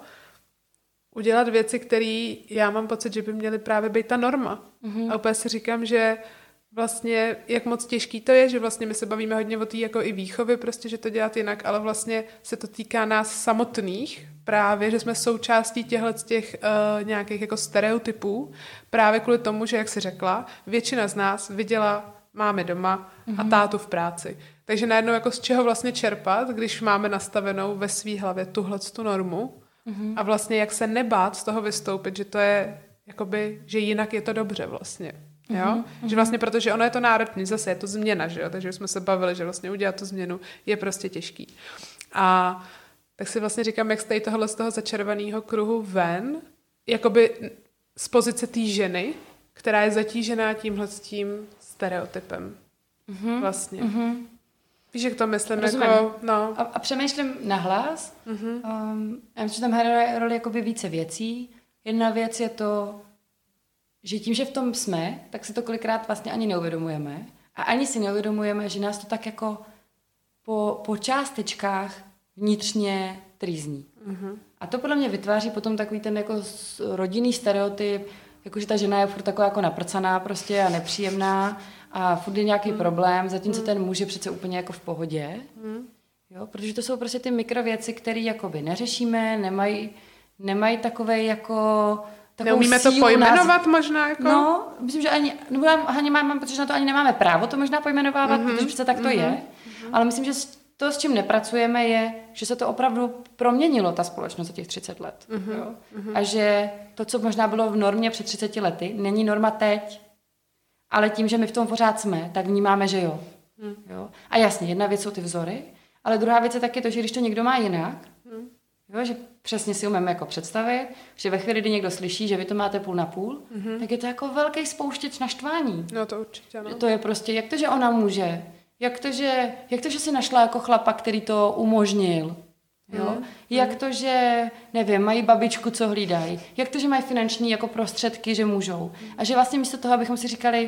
udělat věci, které já mám pocit, že by měly právě být ta norma. Mm-hmm. A úplně si říkám, že vlastně, jak moc těžký to je, že vlastně my se bavíme hodně o té jako i výchovy, prostě, že to dělat jinak, ale vlastně se to týká nás samotných právě, že jsme součástí těchto těch uh, nějakých jako stereotypů, právě kvůli tomu, že, jak jsi řekla, většina z nás viděla mámy doma mm-hmm. a tátu v práci. Takže najednou jako z čeho vlastně čerpat, když máme nastavenou ve svý hlavě tuhletu normu mm-hmm. a vlastně jak se nebát z toho vystoupit, že to je jakoby, že jinak je to dobře vlastně. Jo? Mm-hmm. Že vlastně, protože ono je to náročné, zase je to změna, že jo? Takže jsme se bavili, že vlastně udělat tu změnu je prostě těžký. A tak si vlastně říkám, jak jste tohle z toho začerveného kruhu ven, jakoby z pozice té ženy, která je zatížená tímhle s tím stereotypem. Mm-hmm. Vlastně. Mm-hmm. Víš, jak to myslím? Jako, no. a, a přemýšlím nahlas. Mm-hmm. Um, já myslím, že tam hraje roli jakoby více věcí. Jedna věc je to, že tím, že v tom jsme, tak si to kolikrát vlastně ani neuvědomujeme. A ani si neuvědomujeme, že nás to tak jako po, po částečkách vnitřně trýzní. Mm-hmm. A to podle mě vytváří potom takový ten jako rodinný stereotyp, jakože ta žena je furt taková jako naprcaná prostě a nepříjemná a furt je nějaký mm. problém, zatímco mm. ten muž je přece úplně jako v pohodě. Mm. Jo, protože to jsou prostě ty mikrověci, které jakoby neřešíme, nemají, nemají takové jako... Neumíme to pojmenovat nás... možná? Jako? No, myslím, že ani, nebo ani mám, protože na to ani nemáme právo to možná pojmenovávat, mm-hmm. protože přece tak to mm-hmm. je. Mm-hmm. Ale myslím, že to, s čím nepracujeme, je, že se to opravdu proměnilo, ta společnost za těch třicet let. Mm-hmm. Jo? Mm-hmm. A že to, co možná bylo v normě před třiceti lety, není norma teď. Ale tím, že my v tom pořád jsme, tak vnímáme, že jo. Mm. jo? A jasně, jedna věc jsou ty vzory, ale druhá věc je taky to, že když to někdo má jinak, mm. jo, že přesně si umíme jako představit, že ve chvíli, kdy někdo slyší, že vy to máte půl na půl, mm-hmm. tak je to jako velký spouštěč naštvání. No to určitě, no. To je prostě, jak to, že ona může, jak to, že, jak to, že si našla jako chlapa, který to umožnil, jo? Mm. Jak to, že, nevím, mají babičku, co hlídají, jak to, že mají finanční jako prostředky, že můžou. A že vlastně místo toho, abychom si říkali,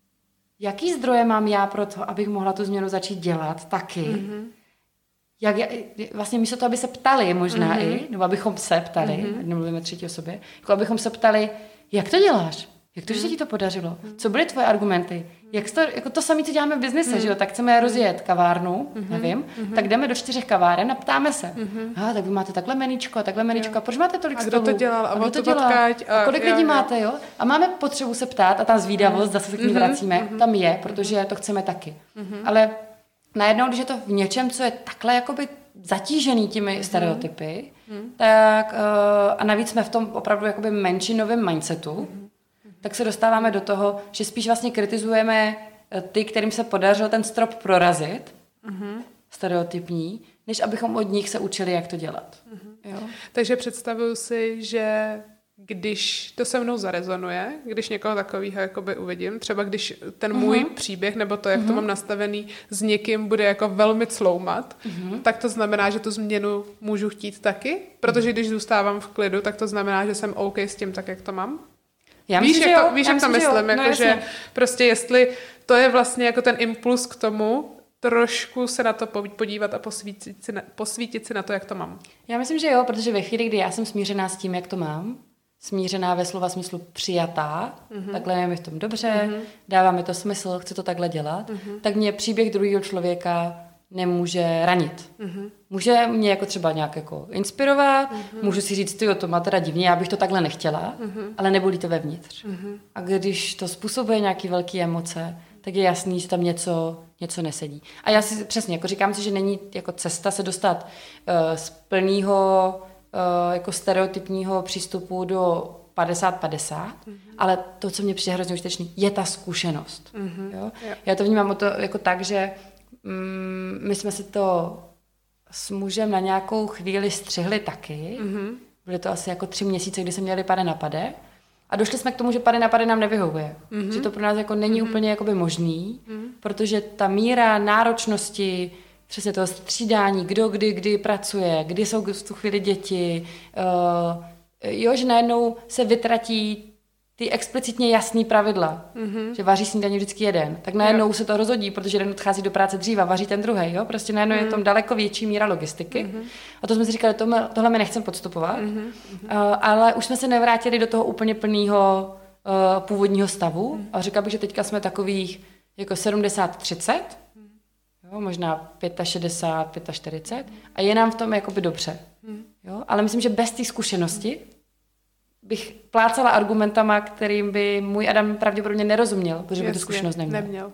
jaký zdroje mám já pro to, abych mohla tu změnu začít dělat taky. Mm-hmm. Jak, vlastně místo toho, aby se ptali možná mm-hmm. i, nebo abychom se ptali, mm-hmm. nemluvíme třetí osobě, jako abychom se ptali, jak to děláš? Jak to, že se ti to podařilo? Co byly tvoje argumenty? Jak to, jako to samé, co děláme v biznise, mm. že jo? Tak chceme rozjet kavárnu, mm-hmm. nevím, mm-hmm. tak jdeme do čtyřech kaváren a ptáme se. Mm-hmm. A tak vy máte takhle meníčko, takhle meníčko, a proč máte tolik stolů? A kdo to dělal? A, a kdo to dělal? Odkáď, a, a kolik jo, lidí jo. máte, jo? A máme potřebu se ptát a ta zvídavost, zase se k ní vracíme, mm-hmm. tam je, protože to chceme taky. Mm-hmm. Ale najednou, když je to v něčem, co je takhle jakoby zatížený těmi stereotypy, mm-hmm. tak uh, a navíc jsme v tom opravdu jakoby menšinovém mindsetu, mm-hmm. tak se dostáváme do toho, že spíš vlastně kritizujeme ty, kterým se podařilo ten strop prorazit, mm-hmm. stereotypní, než abychom od nich se učili, jak to dělat. Mm-hmm. Jo? Takže představuju si, že když to se mnou zarezonuje, když někoho takového jakoby uvidím, třeba když ten můj uh-huh. příběh, nebo to, jak uh-huh. to mám nastavený, s někým bude jako velmi cloumat, uh-huh. tak to znamená, že tu změnu můžu chtít taky, protože když zůstávám v klidu, tak to znamená, že jsem OK s tím tak, jak to mám. Já víš, myslím, jak že to, víš, Já jak to myslím, myslím, že, jako, no, že prostě jestli to je vlastně jako ten impuls k tomu, trošku se na to podívat a posvítit si na, posvítit si na to, jak to mám. Já myslím, že jo, protože ve chvíli, kdy já jsem smířená s tím, jak to mám, smířená ve slova smyslu přijatá, mm-hmm. takhle je mi v tom dobře, mm-hmm. dává mi to smysl, chci to takhle dělat, mm-hmm. tak mě příběh druhého člověka nemůže ranit. Mm-hmm. Může mě jako třeba nějak jako inspirovat, mm-hmm. můžu si říct, tyjo, to má teda divně, já bych to takhle nechtěla, mm-hmm. ale nebolí to vevnitř. Mm-hmm. A když to způsobuje nějaký velký emoce, tak je jasný, že tam něco, něco nesedí. A já si přesně, jako říkám si, že není jako cesta se dostat uh, z plného uh, jako stereotypního přístupu do padesát padesát, mm-hmm. ale to, co mě přijde hrozně užitečný, je ta zkušenost. Mm-hmm. Jo? Yeah. Já to vnímám to jako tak, že mm, my jsme si to s mužem na nějakou chvíli střihli taky. Mm-hmm. Byly to asi jako tři měsíce, kdy jsme měli pade na pade. A došli jsme k tomu, že pade na pade nám nevyhovuje. Mm-hmm. Že to pro nás jako není mm-hmm. úplně jakoby možný, mm-hmm. protože ta míra náročnosti, přesně toho střídání, kdo kdy, kdy pracuje, kdy jsou v tu chvíli děti, uh, jo, že najednou se vytratí ty explicitně jasný pravidla, mm-hmm. že vaří snídaní vždycky jeden, tak najednou jo. se to rozhodí, protože jeden odchází do práce dřív a vaří ten druhý, jo, prostě najednou mm-hmm. je tam daleko větší míra logistiky. Mm-hmm. A to jsme si říkali, tohle, tohle my nechceme podstupovat, mm-hmm. uh, ale už jsme se nevrátili do toho úplně plného uh, původního stavu mm-hmm. a říkala bych, že teďka jsme takových jako sedmdesát třicet, jo, možná šedesát pět, čtyřicet pět a je nám v tom jakoby dobře. Mm-hmm. Jo, ale myslím, že bez té zkušenosti bych plácala argumentama, kterým by můj Adam pravděpodobně nerozuměl, protože by tu zkušenost neměl. neměl.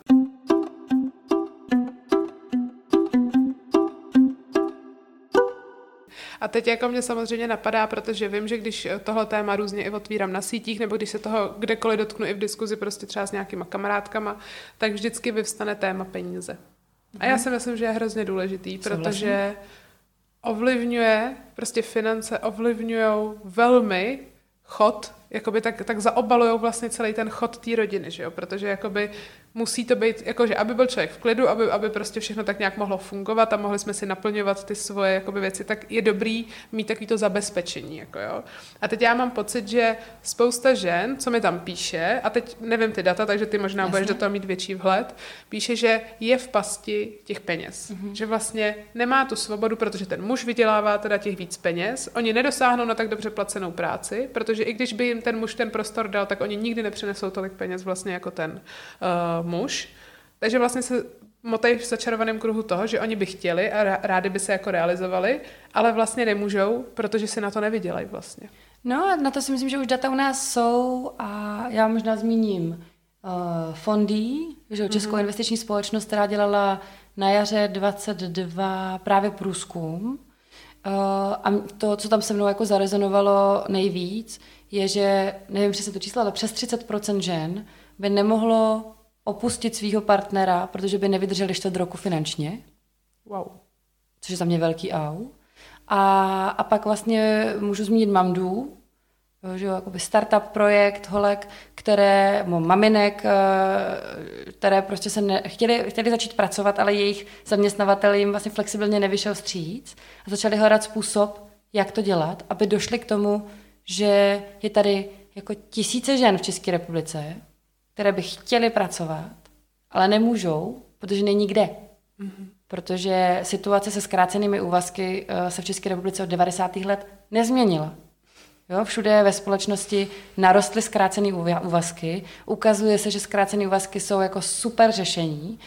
A teď jako mě samozřejmě napadá, protože vím, že když tohle téma různě i otvírám na sítích, nebo když se toho kdekoliv dotknu i v diskuzi prostě třeba s nějakýma kamarádkama, tak vždycky vyvstane téma peníze. Mm-hmm. A já si myslím, že je hrozně důležitý, protože ovlivňuje, prostě finance ovlivňujou velmi chod, jakoby tak, tak zaobalujou vlastně celý ten chod té rodiny, že jo? Protože jakoby musí to být, jakože aby byl člověk v klidu, aby, aby prostě všechno tak nějak mohlo fungovat a mohli jsme si naplňovat ty svoje jakoby věci, tak je dobrý mít takovýto zabezpečení, jako jo. A teď já mám pocit, že spousta žen, co mi tam píše, a teď nevím ty data, takže ty možná Jasně. budeš do toho mít větší vhled, píše, že je v pasti těch peněz. Mm-hmm. Že vlastně nemá tu svobodu, protože ten muž vydělává teda těch víc peněz, oni nedosáhnou na tak dobře placenou práci, protože i když by jim ten muž ten prostor dal, tak oni nikdy nepřinesou tolik peněz vlastně jako ten uh, muž. Takže vlastně se motají v začarovaném kruhu toho, že oni by chtěli a rádi by se jako realizovali, ale vlastně nemůžou, protože si na to nevydělají vlastně. No, na to si myslím, že už data u nás jsou a já možná zmíním uh, fondy, že Českou mm-hmm. investiční společnost, která dělala na jaře dvacet dva právě průzkum. Uh, a to, co tam se mnou jako zarezonovalo nejvíc, je, že, nevím přesně to číslo, ale přes třicet procent žen by nemohlo opustit svého partnera, protože by nevydrželi čtvrt roku finančně. Wow. Což je za mě velký au. A, a pak vlastně můžu zmínit Mamdu, že jo, jakoby startup projekt holek, které, maminek, které prostě se ne, chtěli, chtěli začít pracovat, ale jejich zaměstnavatel jim vlastně flexibilně nevyšel vstříc a začali hledat způsob, jak to dělat, aby došli k tomu, že je tady jako tisíce žen v České republice, které by chtěly pracovat, ale nemůžou, protože není kde. Mm-hmm. Protože situace se zkrácenými úvazky se v České republice od devadesátých let nezměnila. Jo, všude ve společnosti narostly zkrácené úvazky. Ukazuje se, že zkrácené úvazky jsou jako super řešení.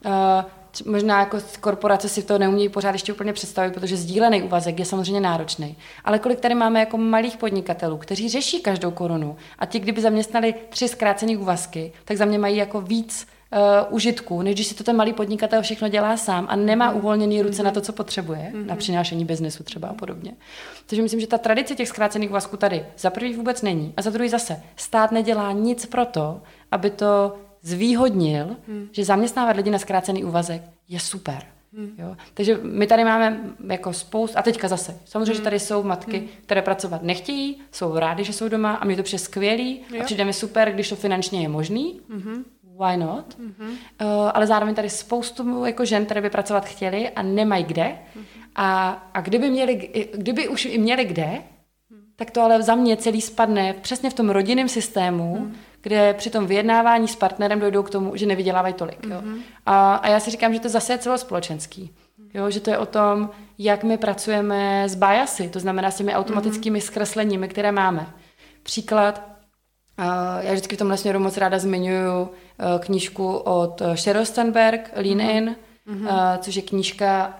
Uh, možná jako korporace si to neumějí pořád ještě úplně představit, protože sdílený úvazek je samozřejmě náročný. Ale kolik tady máme jako malých podnikatelů, kteří řeší každou korunu a ti, kdyby zaměstnali tři zkrácené úvazky, tak za mě mají jako víc Uh, užitku, než když si to ten malý podnikatel všechno dělá sám a nemá uvolněný ruce mm-hmm. na to, co potřebuje, mm-hmm. na přinášení biznesu třeba a podobně. Takže myslím, že ta tradice těch zkrácených úvazků tady za prvý vůbec není a za druhý zase stát nedělá nic pro to, aby to zvýhodnil, mm. že zaměstnávat lidi na zkrácený úvazek je super. Mm. Jo? Takže my tady máme jako spoustu, a teďka zase, samozřejmě, mm. že tady jsou matky, mm. které pracovat nechtějí, jsou rády, že jsou doma a mě to přijde skvělý jo. a přijde mi super, když to finančně je možný. Mm. Why not? Mm-hmm. Uh, ale zároveň tady spoustu jako žen, které by pracovat chtěli a nemají kde. Mm-hmm. A, a kdyby, měli, kdyby už i měli kde, mm. tak to ale za mě celý spadne přesně v tom rodinném systému, mm. kde při tom vyjednávání s partnerem dojdou k tomu, že nevydělávají tolik. Mm-hmm. Jo. A, a já si říkám, že to zase je celospolečenský. Jo, že to je o tom, jak my pracujeme s biasy, to znamená s těmi automatickými mm-hmm. zkresleními, které máme. Příklad, uh, já vždycky v tomhle směru moc ráda zmiňuji uh, knížku od Sheryl Sandberg, Lean mm-hmm. In, mm-hmm. Uh, což je knížka,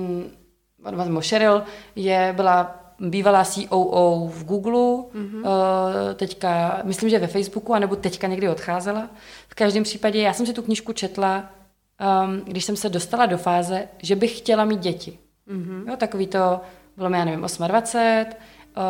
um, Sheryl je, byla bývalá C O O v Google, mm-hmm. uh, teďka, myslím, že ve Facebooku, anebo teďka někdy odcházela. V každém případě, já jsem si tu knížku četla, um, když jsem se dostala do fáze, že bych chtěla mít děti. Mm-hmm. Jo, takový to, bylo mi, já nevím, dvacet osm,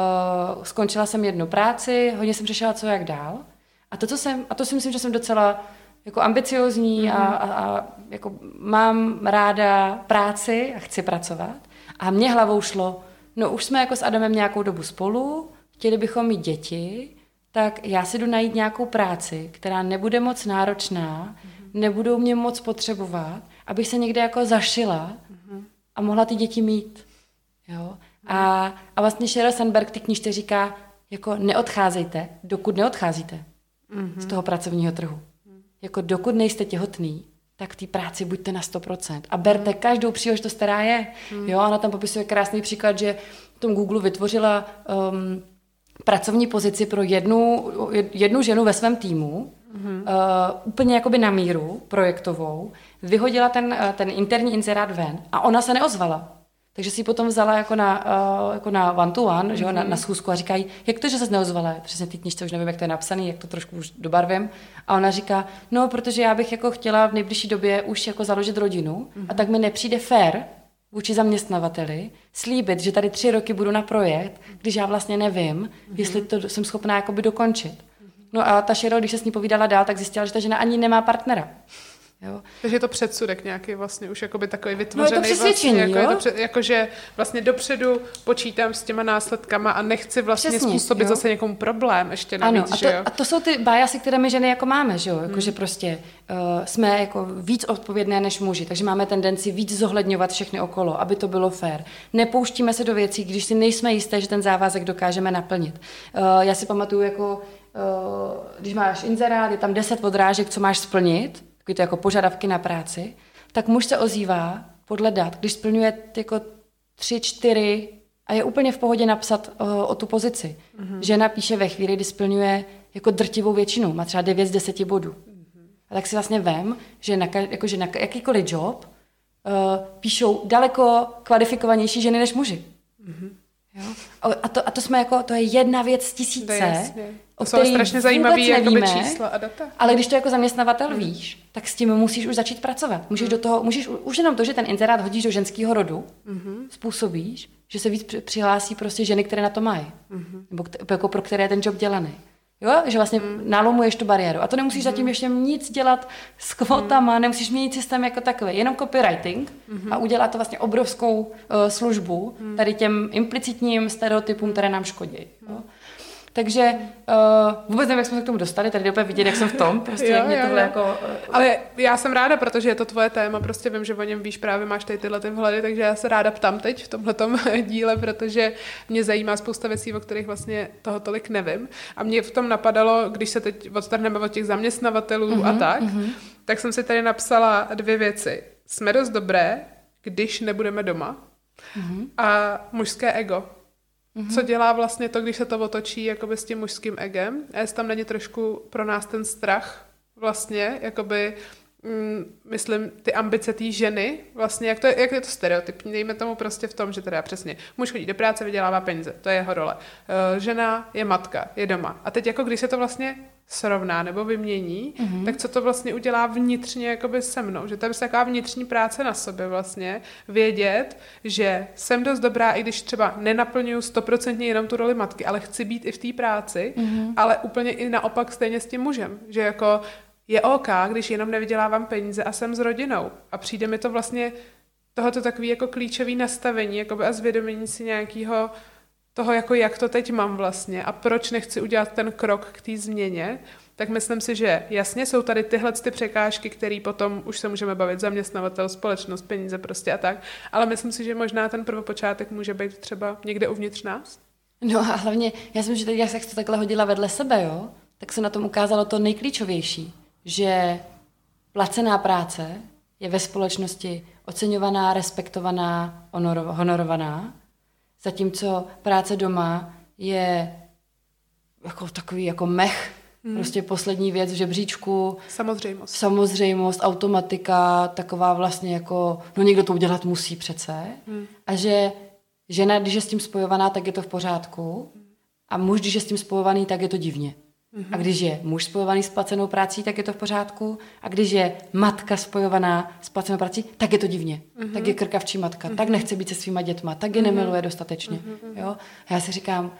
uh, skončila jsem jednu práci, hodně jsem řešila, co jak dál. A to, co jsem, a to si myslím, že jsem docela jako ambiciozní mm-hmm. a, a, a jako mám ráda práci a chci pracovat. A mě hlavou šlo, no už jsme jako s Adamem nějakou dobu spolu, chtěli bychom mít děti, tak já si jdu najít nějakou práci, která nebude moc náročná, mm-hmm. nebudou mě moc potřebovat, abych se někde jako zašila mm-hmm. a mohla ty děti mít. Jo? A, a vlastně Sheryl Sandberg v té knížce říká, jako neodcházejte, dokud neodcházíte mm-hmm. z toho pracovního trhu. Mm-hmm. Jako dokud nejste těhotný, tak v té práci buďte na sto procent. A berte každou příležitost, která je. Mm. Jo, ona tam popisuje krásný příklad, že v tom Google vytvořila um, pracovní pozici pro jednu, jednu ženu ve svém týmu, mm. uh, úplně jakoby na míru, projektovou, vyhodila ten, uh, ten interní inzerát ven a ona se neozvala. Takže si ji potom vzala jako na, uh, jako na one to one, mm-hmm. že jo, na, na schůzku a říkají, jak to, že se neozvala? Přesně ty knížce už nevím, jak to je napsaný, jak to trošku už dobarvím. A ona říká, no, protože já bych jako chtěla v nejbližší době už jako založit rodinu mm-hmm. a tak mi nepřijde fér vůči zaměstnavateli slíbit, že tady tři roky budu na projekt, když já vlastně nevím, mm-hmm. jestli to jsem schopná jakoby dokončit. Mm-hmm. No a ta Sheryl, když se s ní povídala dál, tak zjistila, že ta žena ani nemá partnera. Jo. Takže je to předsudek nějaký vlastně už jakoby takový vytvořený. No je to přesvědčení, vlastně, jako jo? Je to před, jakože vlastně dopředu počítám s těma následkama a nechci vlastně Přesně, způsobit jo? zase někomu problém ještě navíc, ano, a že to, jo? a to jsou ty biasy, které my ženy jako máme, že jo? Jako, hmm. že prostě uh, jsme jako víc odpovědné než muži, takže máme tendenci víc zohledňovat všechny okolo, aby to bylo fér. Nepouštíme se do věcí, když si nejsme jisté, že ten závazek dokážeme naplnit. Uh, já si pamatuju, jako, uh, když máš inzerát, je tam deset odrážek, co máš splnit, takový to jako požadavky na práci, tak muž se ozývá podle dat, když splňuje jako tři, čtyři a je úplně v pohodě napsat o, o tu pozici. Mm-hmm. Žena píše ve chvíli, kdy splňuje jako drtivou většinu, má třeba devět z deseti bodů. Mm-hmm. A tak si vlastně vem, že na, jako, že na jakýkoliv job uh, píšou daleko kvalifikovanější ženy než muži. Mm-hmm. Jo? A, to, a to jsme jako, to je jedna věc z tisíce, to jsou strašně zajímavý jakoby čísla a data. Ale když to jako zaměstnavatel mm. víš, tak s tím musíš už začít pracovat. Můžeš mm. do toho, můžeš už jenom to, že ten inzerát hodíš do ženského rodu, mm-hmm. způsobíš, že se víc přihlásí prostě ženy, které na to mají. Mm-hmm. Nebo jako pro které je ten job dělaný. Jo? Že vlastně mm. nalomuješ tu bariéru. A to nemusíš mm. zatím ještě nic dělat s kvotama, mm. nemusíš měnit systém jako takový, jenom copywriting mm. a udělá to vlastně obrovskou uh, službu mm. tady těm implicitním stereotypům, které nám škodí. Jo? Takže uh, vůbec nevím, jak jsme se k tomu dostali, tady úplně vidět, jak jsem v tom, prostě jo, jak mě jo, tohle jo. jako... Uh, Ale já jsem ráda, protože je to tvoje téma, prostě vím, že o něm víš, právě máš tady tyhle ty vhledy, takže já se ráda ptám teď v tomhletom díle, protože mě zajímá spousta věcí, o kterých vlastně toho tolik nevím. A mě v tom napadalo, když se teď odtrhneme od těch zaměstnavatelů mm-hmm, a tak, mm-hmm. tak jsem si tady napsala dvě věci. Jsme dost dobré, když nebudeme doma mm-hmm. a mužské ego. Mm-hmm. Co dělá vlastně to, když se to otočí jakoby s tím mužským egem? A jestli tam není trošku pro nás ten strach vlastně, jakoby, mm, myslím, ty ambice té ženy, vlastně, jak, to je, jak je to stereotypní, dejme tomu prostě v tom, že teda přesně, muž chodí do práce, vydělává peníze, to je jeho role. Uh, žena je matka, je doma. A teď jako když se to vlastně srovná nebo vymění, mm-hmm. tak co to vlastně udělá vnitřně jakoby se mnou, že to je prostě taková vnitřní práce na sobě vlastně, vědět, že jsem dost dobrá, i když třeba nenaplňuju stoprocentně jenom tu roli matky, ale chci být i v té práci, mm-hmm. ale úplně i naopak stejně s tím mužem, že jako je OK, když jenom nevydělávám peníze a jsem s rodinou a přijde mi to vlastně tohoto takový jako klíčový nastavení jakoby a zvědomění si nějakého toho, jako jak to teď mám vlastně a proč nechci udělat ten krok k té změně, tak myslím si, že jasně jsou tady tyhle ty překážky, které potom už se můžeme bavit zaměstnavatel, společnost, peníze prostě a tak, ale myslím si, že možná ten prvopočátek může být třeba někde uvnitř nás. No a hlavně, já jsem, že teď, jak to takhle hodila vedle sebe, jo, tak se na tom ukázalo to nejklíčovější, že placená práce je ve společnosti oceňovaná, respektovaná, honor, honorovaná, zatímco práce doma je jako takový jako mech, hmm. prostě poslední věc v žebříčku. Samozřejmost. Samozřejmost, automatika, taková vlastně jako, no někdo to udělat musí přece. Hmm. A že žena, když je s tím spojovaná, tak je to v pořádku. A muž, když je s tím spojovaný, tak je to divně. Mm-hmm. A když je muž spojovaný s placenou prací, tak je to v pořádku. A když je matka spojovaná s placenou prací, tak je to divně. Mm-hmm. Tak je krkavčí matka, mm-hmm. tak nechce být se svýma dětma, tak je nemiluje dostatečně. Mm-hmm. Jo? A já si říkám,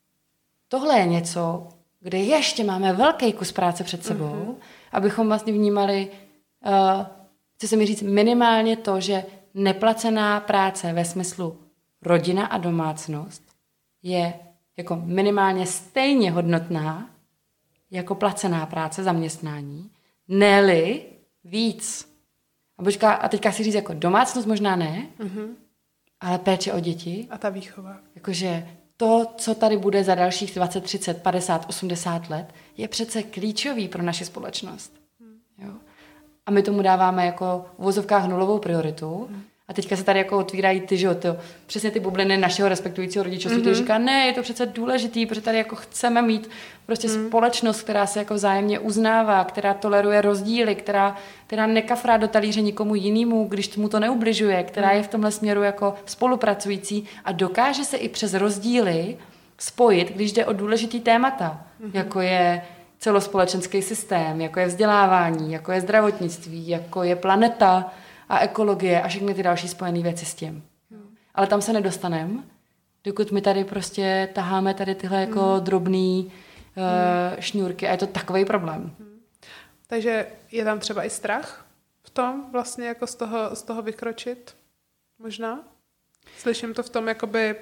tohle je něco, kde ještě máme velký kus práce před sebou, mm-hmm. abychom vlastně vnímali, uh, chci se mi říct, minimálně to, že neplacená práce ve smyslu rodina a domácnost je jako minimálně stejně hodnotná jako placená práce, zaměstnání, ne-li víc. A, počká, a teďka si říct, jako domácnost možná ne, mm-hmm. ale péče o děti. A ta výchova. Jakože to, co tady bude za dalších dvacet, třicet, padesát, osmdesát let, je přece klíčový pro naši společnost. Mm. Jo? A my tomu dáváme jako v uvozovkách nulovou prioritu. Mm. A teďka se tady jako otvírají ty, že jo, to, přesně ty bubliny našeho respektujícího rodičovství, mm-hmm. který říká, ne, je to přece důležitý, protože tady jako chceme mít prostě mm. společnost, která se jako vzájemně uznává, která toleruje rozdíly, která, která nekafrá do talíře nikomu jinému, když mu to neubližuje, která mm. je v tomhle směru jako spolupracující a dokáže se i přes rozdíly spojit, když jde o důležitý témata, mm-hmm. jako je celospolečenský systém, jako je vzdělávání, jako je zdravotnictví, jako je planeta, a ekologie a všechny ty další spojené věci s tím. Hmm. Ale tam se nedostaneme, dokud my tady prostě taháme tady tyhle jako hmm. drobný uh, hmm. šňůrky a je to takovej problém. Hmm. Takže je tam třeba i strach v tom vlastně jako z toho, z toho vykročit? Možná? Slyším to v tom, jakoby,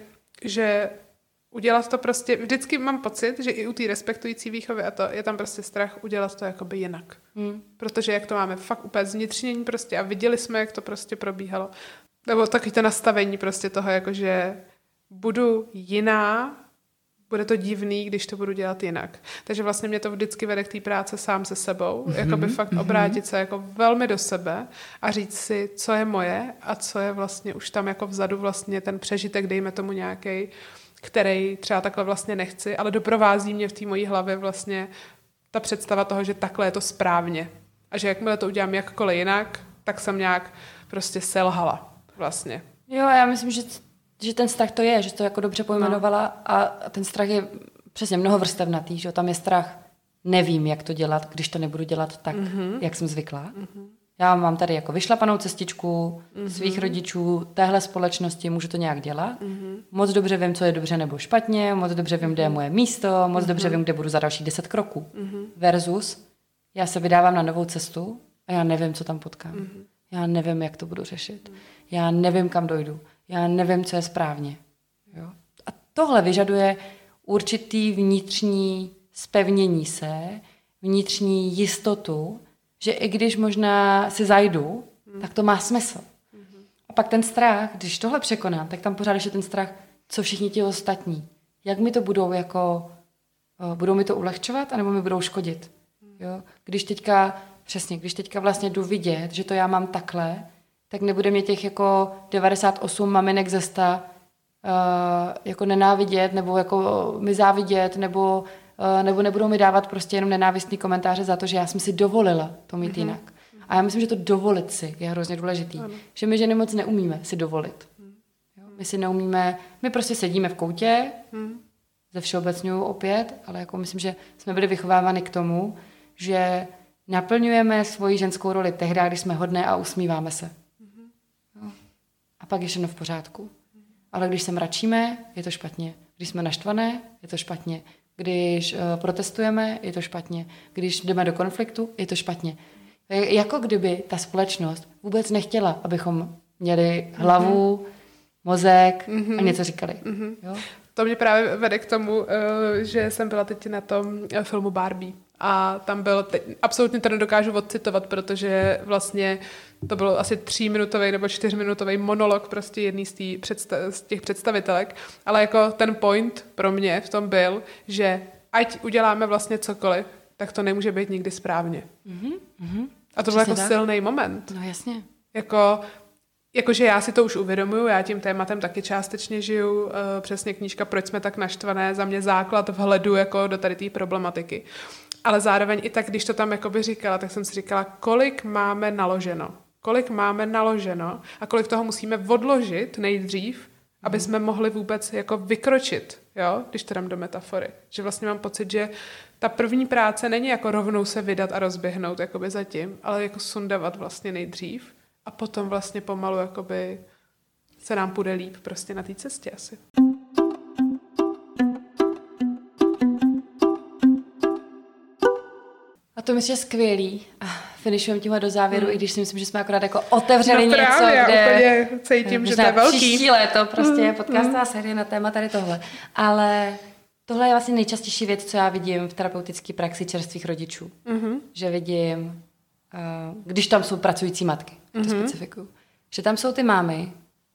že udělat to prostě, vždycky mám pocit, že i u té respektující výchovy a to je tam prostě strach udělat to jakoby jinak. Hmm. Protože jak to máme fakt úplně zvnitřnění prostě a viděli jsme, jak to prostě probíhalo. Nebo taky to nastavení prostě toho, jakože budu jiná, bude to divný, když to budu dělat jinak. Takže vlastně mě to vždycky vede k té práce sám se sebou, mm-hmm. jakoby fakt mm-hmm. obrátit se jako velmi do sebe a říct si, co je moje a co je vlastně už tam jako vzadu vlastně ten přežitek, dejme tomu nějakej, který třeba takhle vlastně nechci, ale doprovází mě v té mojí hlavě vlastně ta představa toho, že takhle je to správně. A že jakmile to udělám jakkoliv jinak, tak jsem nějak prostě selhala vlastně. Jo, já myslím, že, že ten strach to je, že to jako dobře pojmenovala no. a ten strach je přesně mnohovrstevnatý, že tam je strach, nevím, jak to dělat, když to nebudu dělat tak, mm-hmm. jak jsem zvyklá. Mm-hmm. Já mám tady jako vyšlapanou cestičku mm-hmm. svých rodičů, téhle společnosti, můžu to nějak dělat. Mm-hmm. Moc dobře vím, co je dobře nebo špatně, moc dobře vím, kde je moje místo, moc mm-hmm. dobře vím, kde budu za další deset kroků. Mm-hmm. Versus, já se vydávám na novou cestu a já nevím, co tam potkám. Mm-hmm. Já nevím, jak to budu řešit. Mm-hmm. Já nevím, kam dojdu. Já nevím, co je správně. Jo? A tohle vyžaduje určitý vnitřní zpevnění se, vnitřní jistotu, že i když možná si zajdu, hmm. tak to má smysl. Hmm. A pak ten strach, když tohle překonám, tak tam pořád ještě ten strach, co všichni ti ostatní. Jak mi to budou jako, budou mi to ulehčovat, anebo mi budou škodit. Hmm. Jo? Když teďka, přesně, když teďka vlastně jdu vidět, že to já mám takhle, tak nebude mě těch jako devadesát osm maminek ze sta uh, jako nenávidět, nebo jako mi závidět, nebo nebo nebudou mi dávat prostě jenom nenávistný komentáře za to, že já jsem si dovolila to mít mm-hmm. jinak. A já myslím, že to dovolit si je hrozně důležitý. Ano. Že my ženy moc neumíme si dovolit. Mm. Jo? My si neumíme, my prostě sedíme v koutě, mm. ze všeobecňuju opět, ale jako myslím, že jsme byli vychovávány k tomu, že naplňujeme svoji ženskou roli tehdy, když jsme hodné a usmíváme se. Mm-hmm. Jo? A pak je všechno v pořádku. Mm. Ale když se mračíme, je to špatně. Když jsme naštvané, je to špatně. Když uh, protestujeme, je to špatně. Když jdeme do konfliktu, je to špatně. Jako kdyby ta společnost vůbec nechtěla, abychom měli hlavu, mm-hmm. mozek mm-hmm. a něco říkali. Mm-hmm. Jo? To mě právě vede k tomu, že jsem byla teď na tom filmu Barbie. A tam byl, teď, absolutně to nedokážu odcitovat, protože vlastně to byl asi tříminutový nebo čtyřminutový monolog prostě jedný z, tý představ, z těch představitelek, ale jako ten point pro mě v tom byl, že ať uděláme vlastně cokoliv, tak to nemůže být nikdy správně. Mm-hmm. A to byl jako silný moment. No jasně. Jako, jakože já si to už uvědomuju, já tím tématem taky částečně žiju, uh, přesně knížka Proč jsme tak naštvané, za mě základ vhledu jako do tady té problematiky. Ale zároveň i tak, když to tam jakoby říkala, tak jsem si říkala, kolik máme naloženo. Kolik máme naloženo a kolik toho musíme odložit nejdřív, aby mm. jsme mohli vůbec jako vykročit, jo? Když to dám do metafory. Že vlastně mám pocit, že ta první práce není jako rovnou se vydat a rozběhnout jakoby zatím, ale jako sundavat vlastně nejdřív a potom vlastně pomalu jakoby se nám půjde líp prostě na té cestě asi. A to myslím, že je skvělý. Finišujeme tímhle do závěru, hmm. i když si myslím, že jsme akorát jako otevřeli no něco, právě, kde... Já úplně cítím, že to je velký. Příští léto prostě je podcastová série na téma tady tohle. Ale tohle je vlastně nejčastější věc, co já vidím v terapeutické praxi čerstvých rodičů. Mm-hmm. Že vidím, když tam jsou pracující matky, to mm-hmm. specifikuju, že tam jsou ty mámy,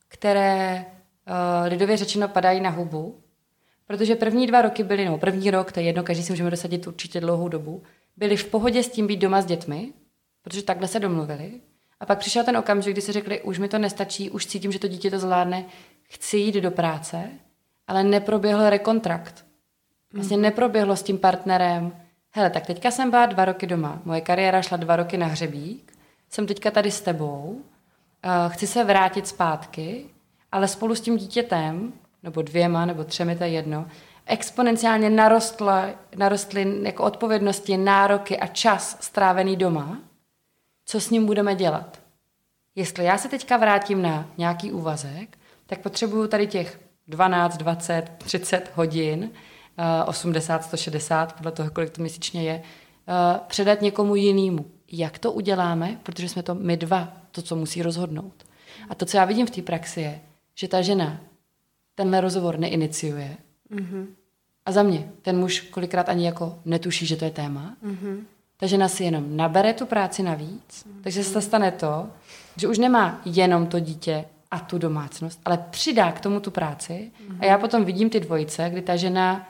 které lidově řečeno padají na hubu, protože první dva roky byly, no první rok, to je jedno, každý si můžeme dosadit určitě dlouhou dobu, byli v pohodě s tím být doma s dětmi, protože takhle se domluvili. A pak přišel ten okamžik, kdy si řekli, už mi to nestačí, už cítím, že to dítě to zvládne, chci jít do práce, ale neproběhl rekontrakt. Vlastně neproběhlo s tím partnerem, hele, tak teďka jsem byla dva roky doma, moje kariéra šla dva roky na hřebík, jsem teďka tady s tebou, uh, chci se vrátit zpátky, ale spolu s tím dítětem, nebo dvěma, nebo třemi, to je jedno, exponenciálně narostla, narostly jako odpovědnosti, nároky a čas strávený doma. Co s ním budeme dělat? Jestli já se teďka vrátím na nějaký úvazek, tak potřebuju tady těch dvanáct, dvacet, třicet hodin, osmdesát, sto šedesát, podle toho, kolik to měsíčně je, předat někomu jinému. Jak to uděláme? Protože jsme to my dva, to, co musí rozhodnout. A to, co já vidím v té praxi, je, že ta žena tenhle rozhovor neiniciuje. Mm-hmm. A za mě, ten muž kolikrát ani jako netuší, že to je téma. Mm-hmm. Ta žena si jenom nabere tu práci navíc, mm-hmm. takže se stane to, že už nemá jenom to dítě a tu domácnost, ale přidá k tomu tu práci. Mm-hmm. A já potom vidím ty dvojice, kdy ta žena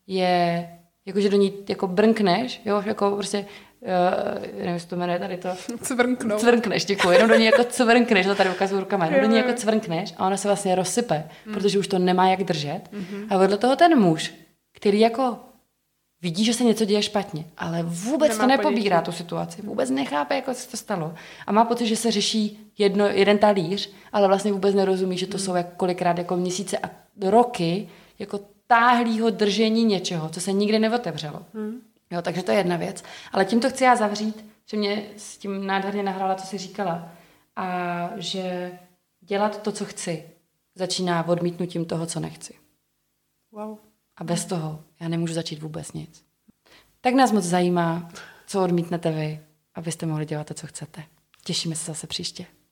je, jakože do ní jako brnkneš, jo, jako prostě, uh, nevím, jestli to jmenuje tady to. Cvrnknout. Cvrnkneš, děkuji, jenom do ní jako cvrnkneš, to tady ukazuju rukama, jenom do ní jako cvrnkneš a ona se vlastně rozsype, mm. protože už to nemá jak držet. Mm-hmm. A vedle toho ten muž, který jako vidí, že se něco děje špatně, ale vůbec nemá to nepobírá ponětí. Tu situaci, vůbec nechápe, jako se to stalo. A má pocit, že se řeší jedno, jeden talíř, ale vlastně vůbec nerozumí, že to mm. jsou jak kolikrát jako měsíce a roky jako táhlýho držení něčeho, co se nikdy neotevřelo. Mm. Jo, takže to je jedna věc. Ale tímto chci já zavřít, že mě s tím nádherně nahrála, co jsi říkala. A že dělat to, co chci, začíná odmítnutím toho, co nechci. Wow. A bez toho já nemůžu začít vůbec nic. Tak nás moc zajímá, co odmítnete vy, abyste mohli dělat to, co chcete. Těšíme se zase příště.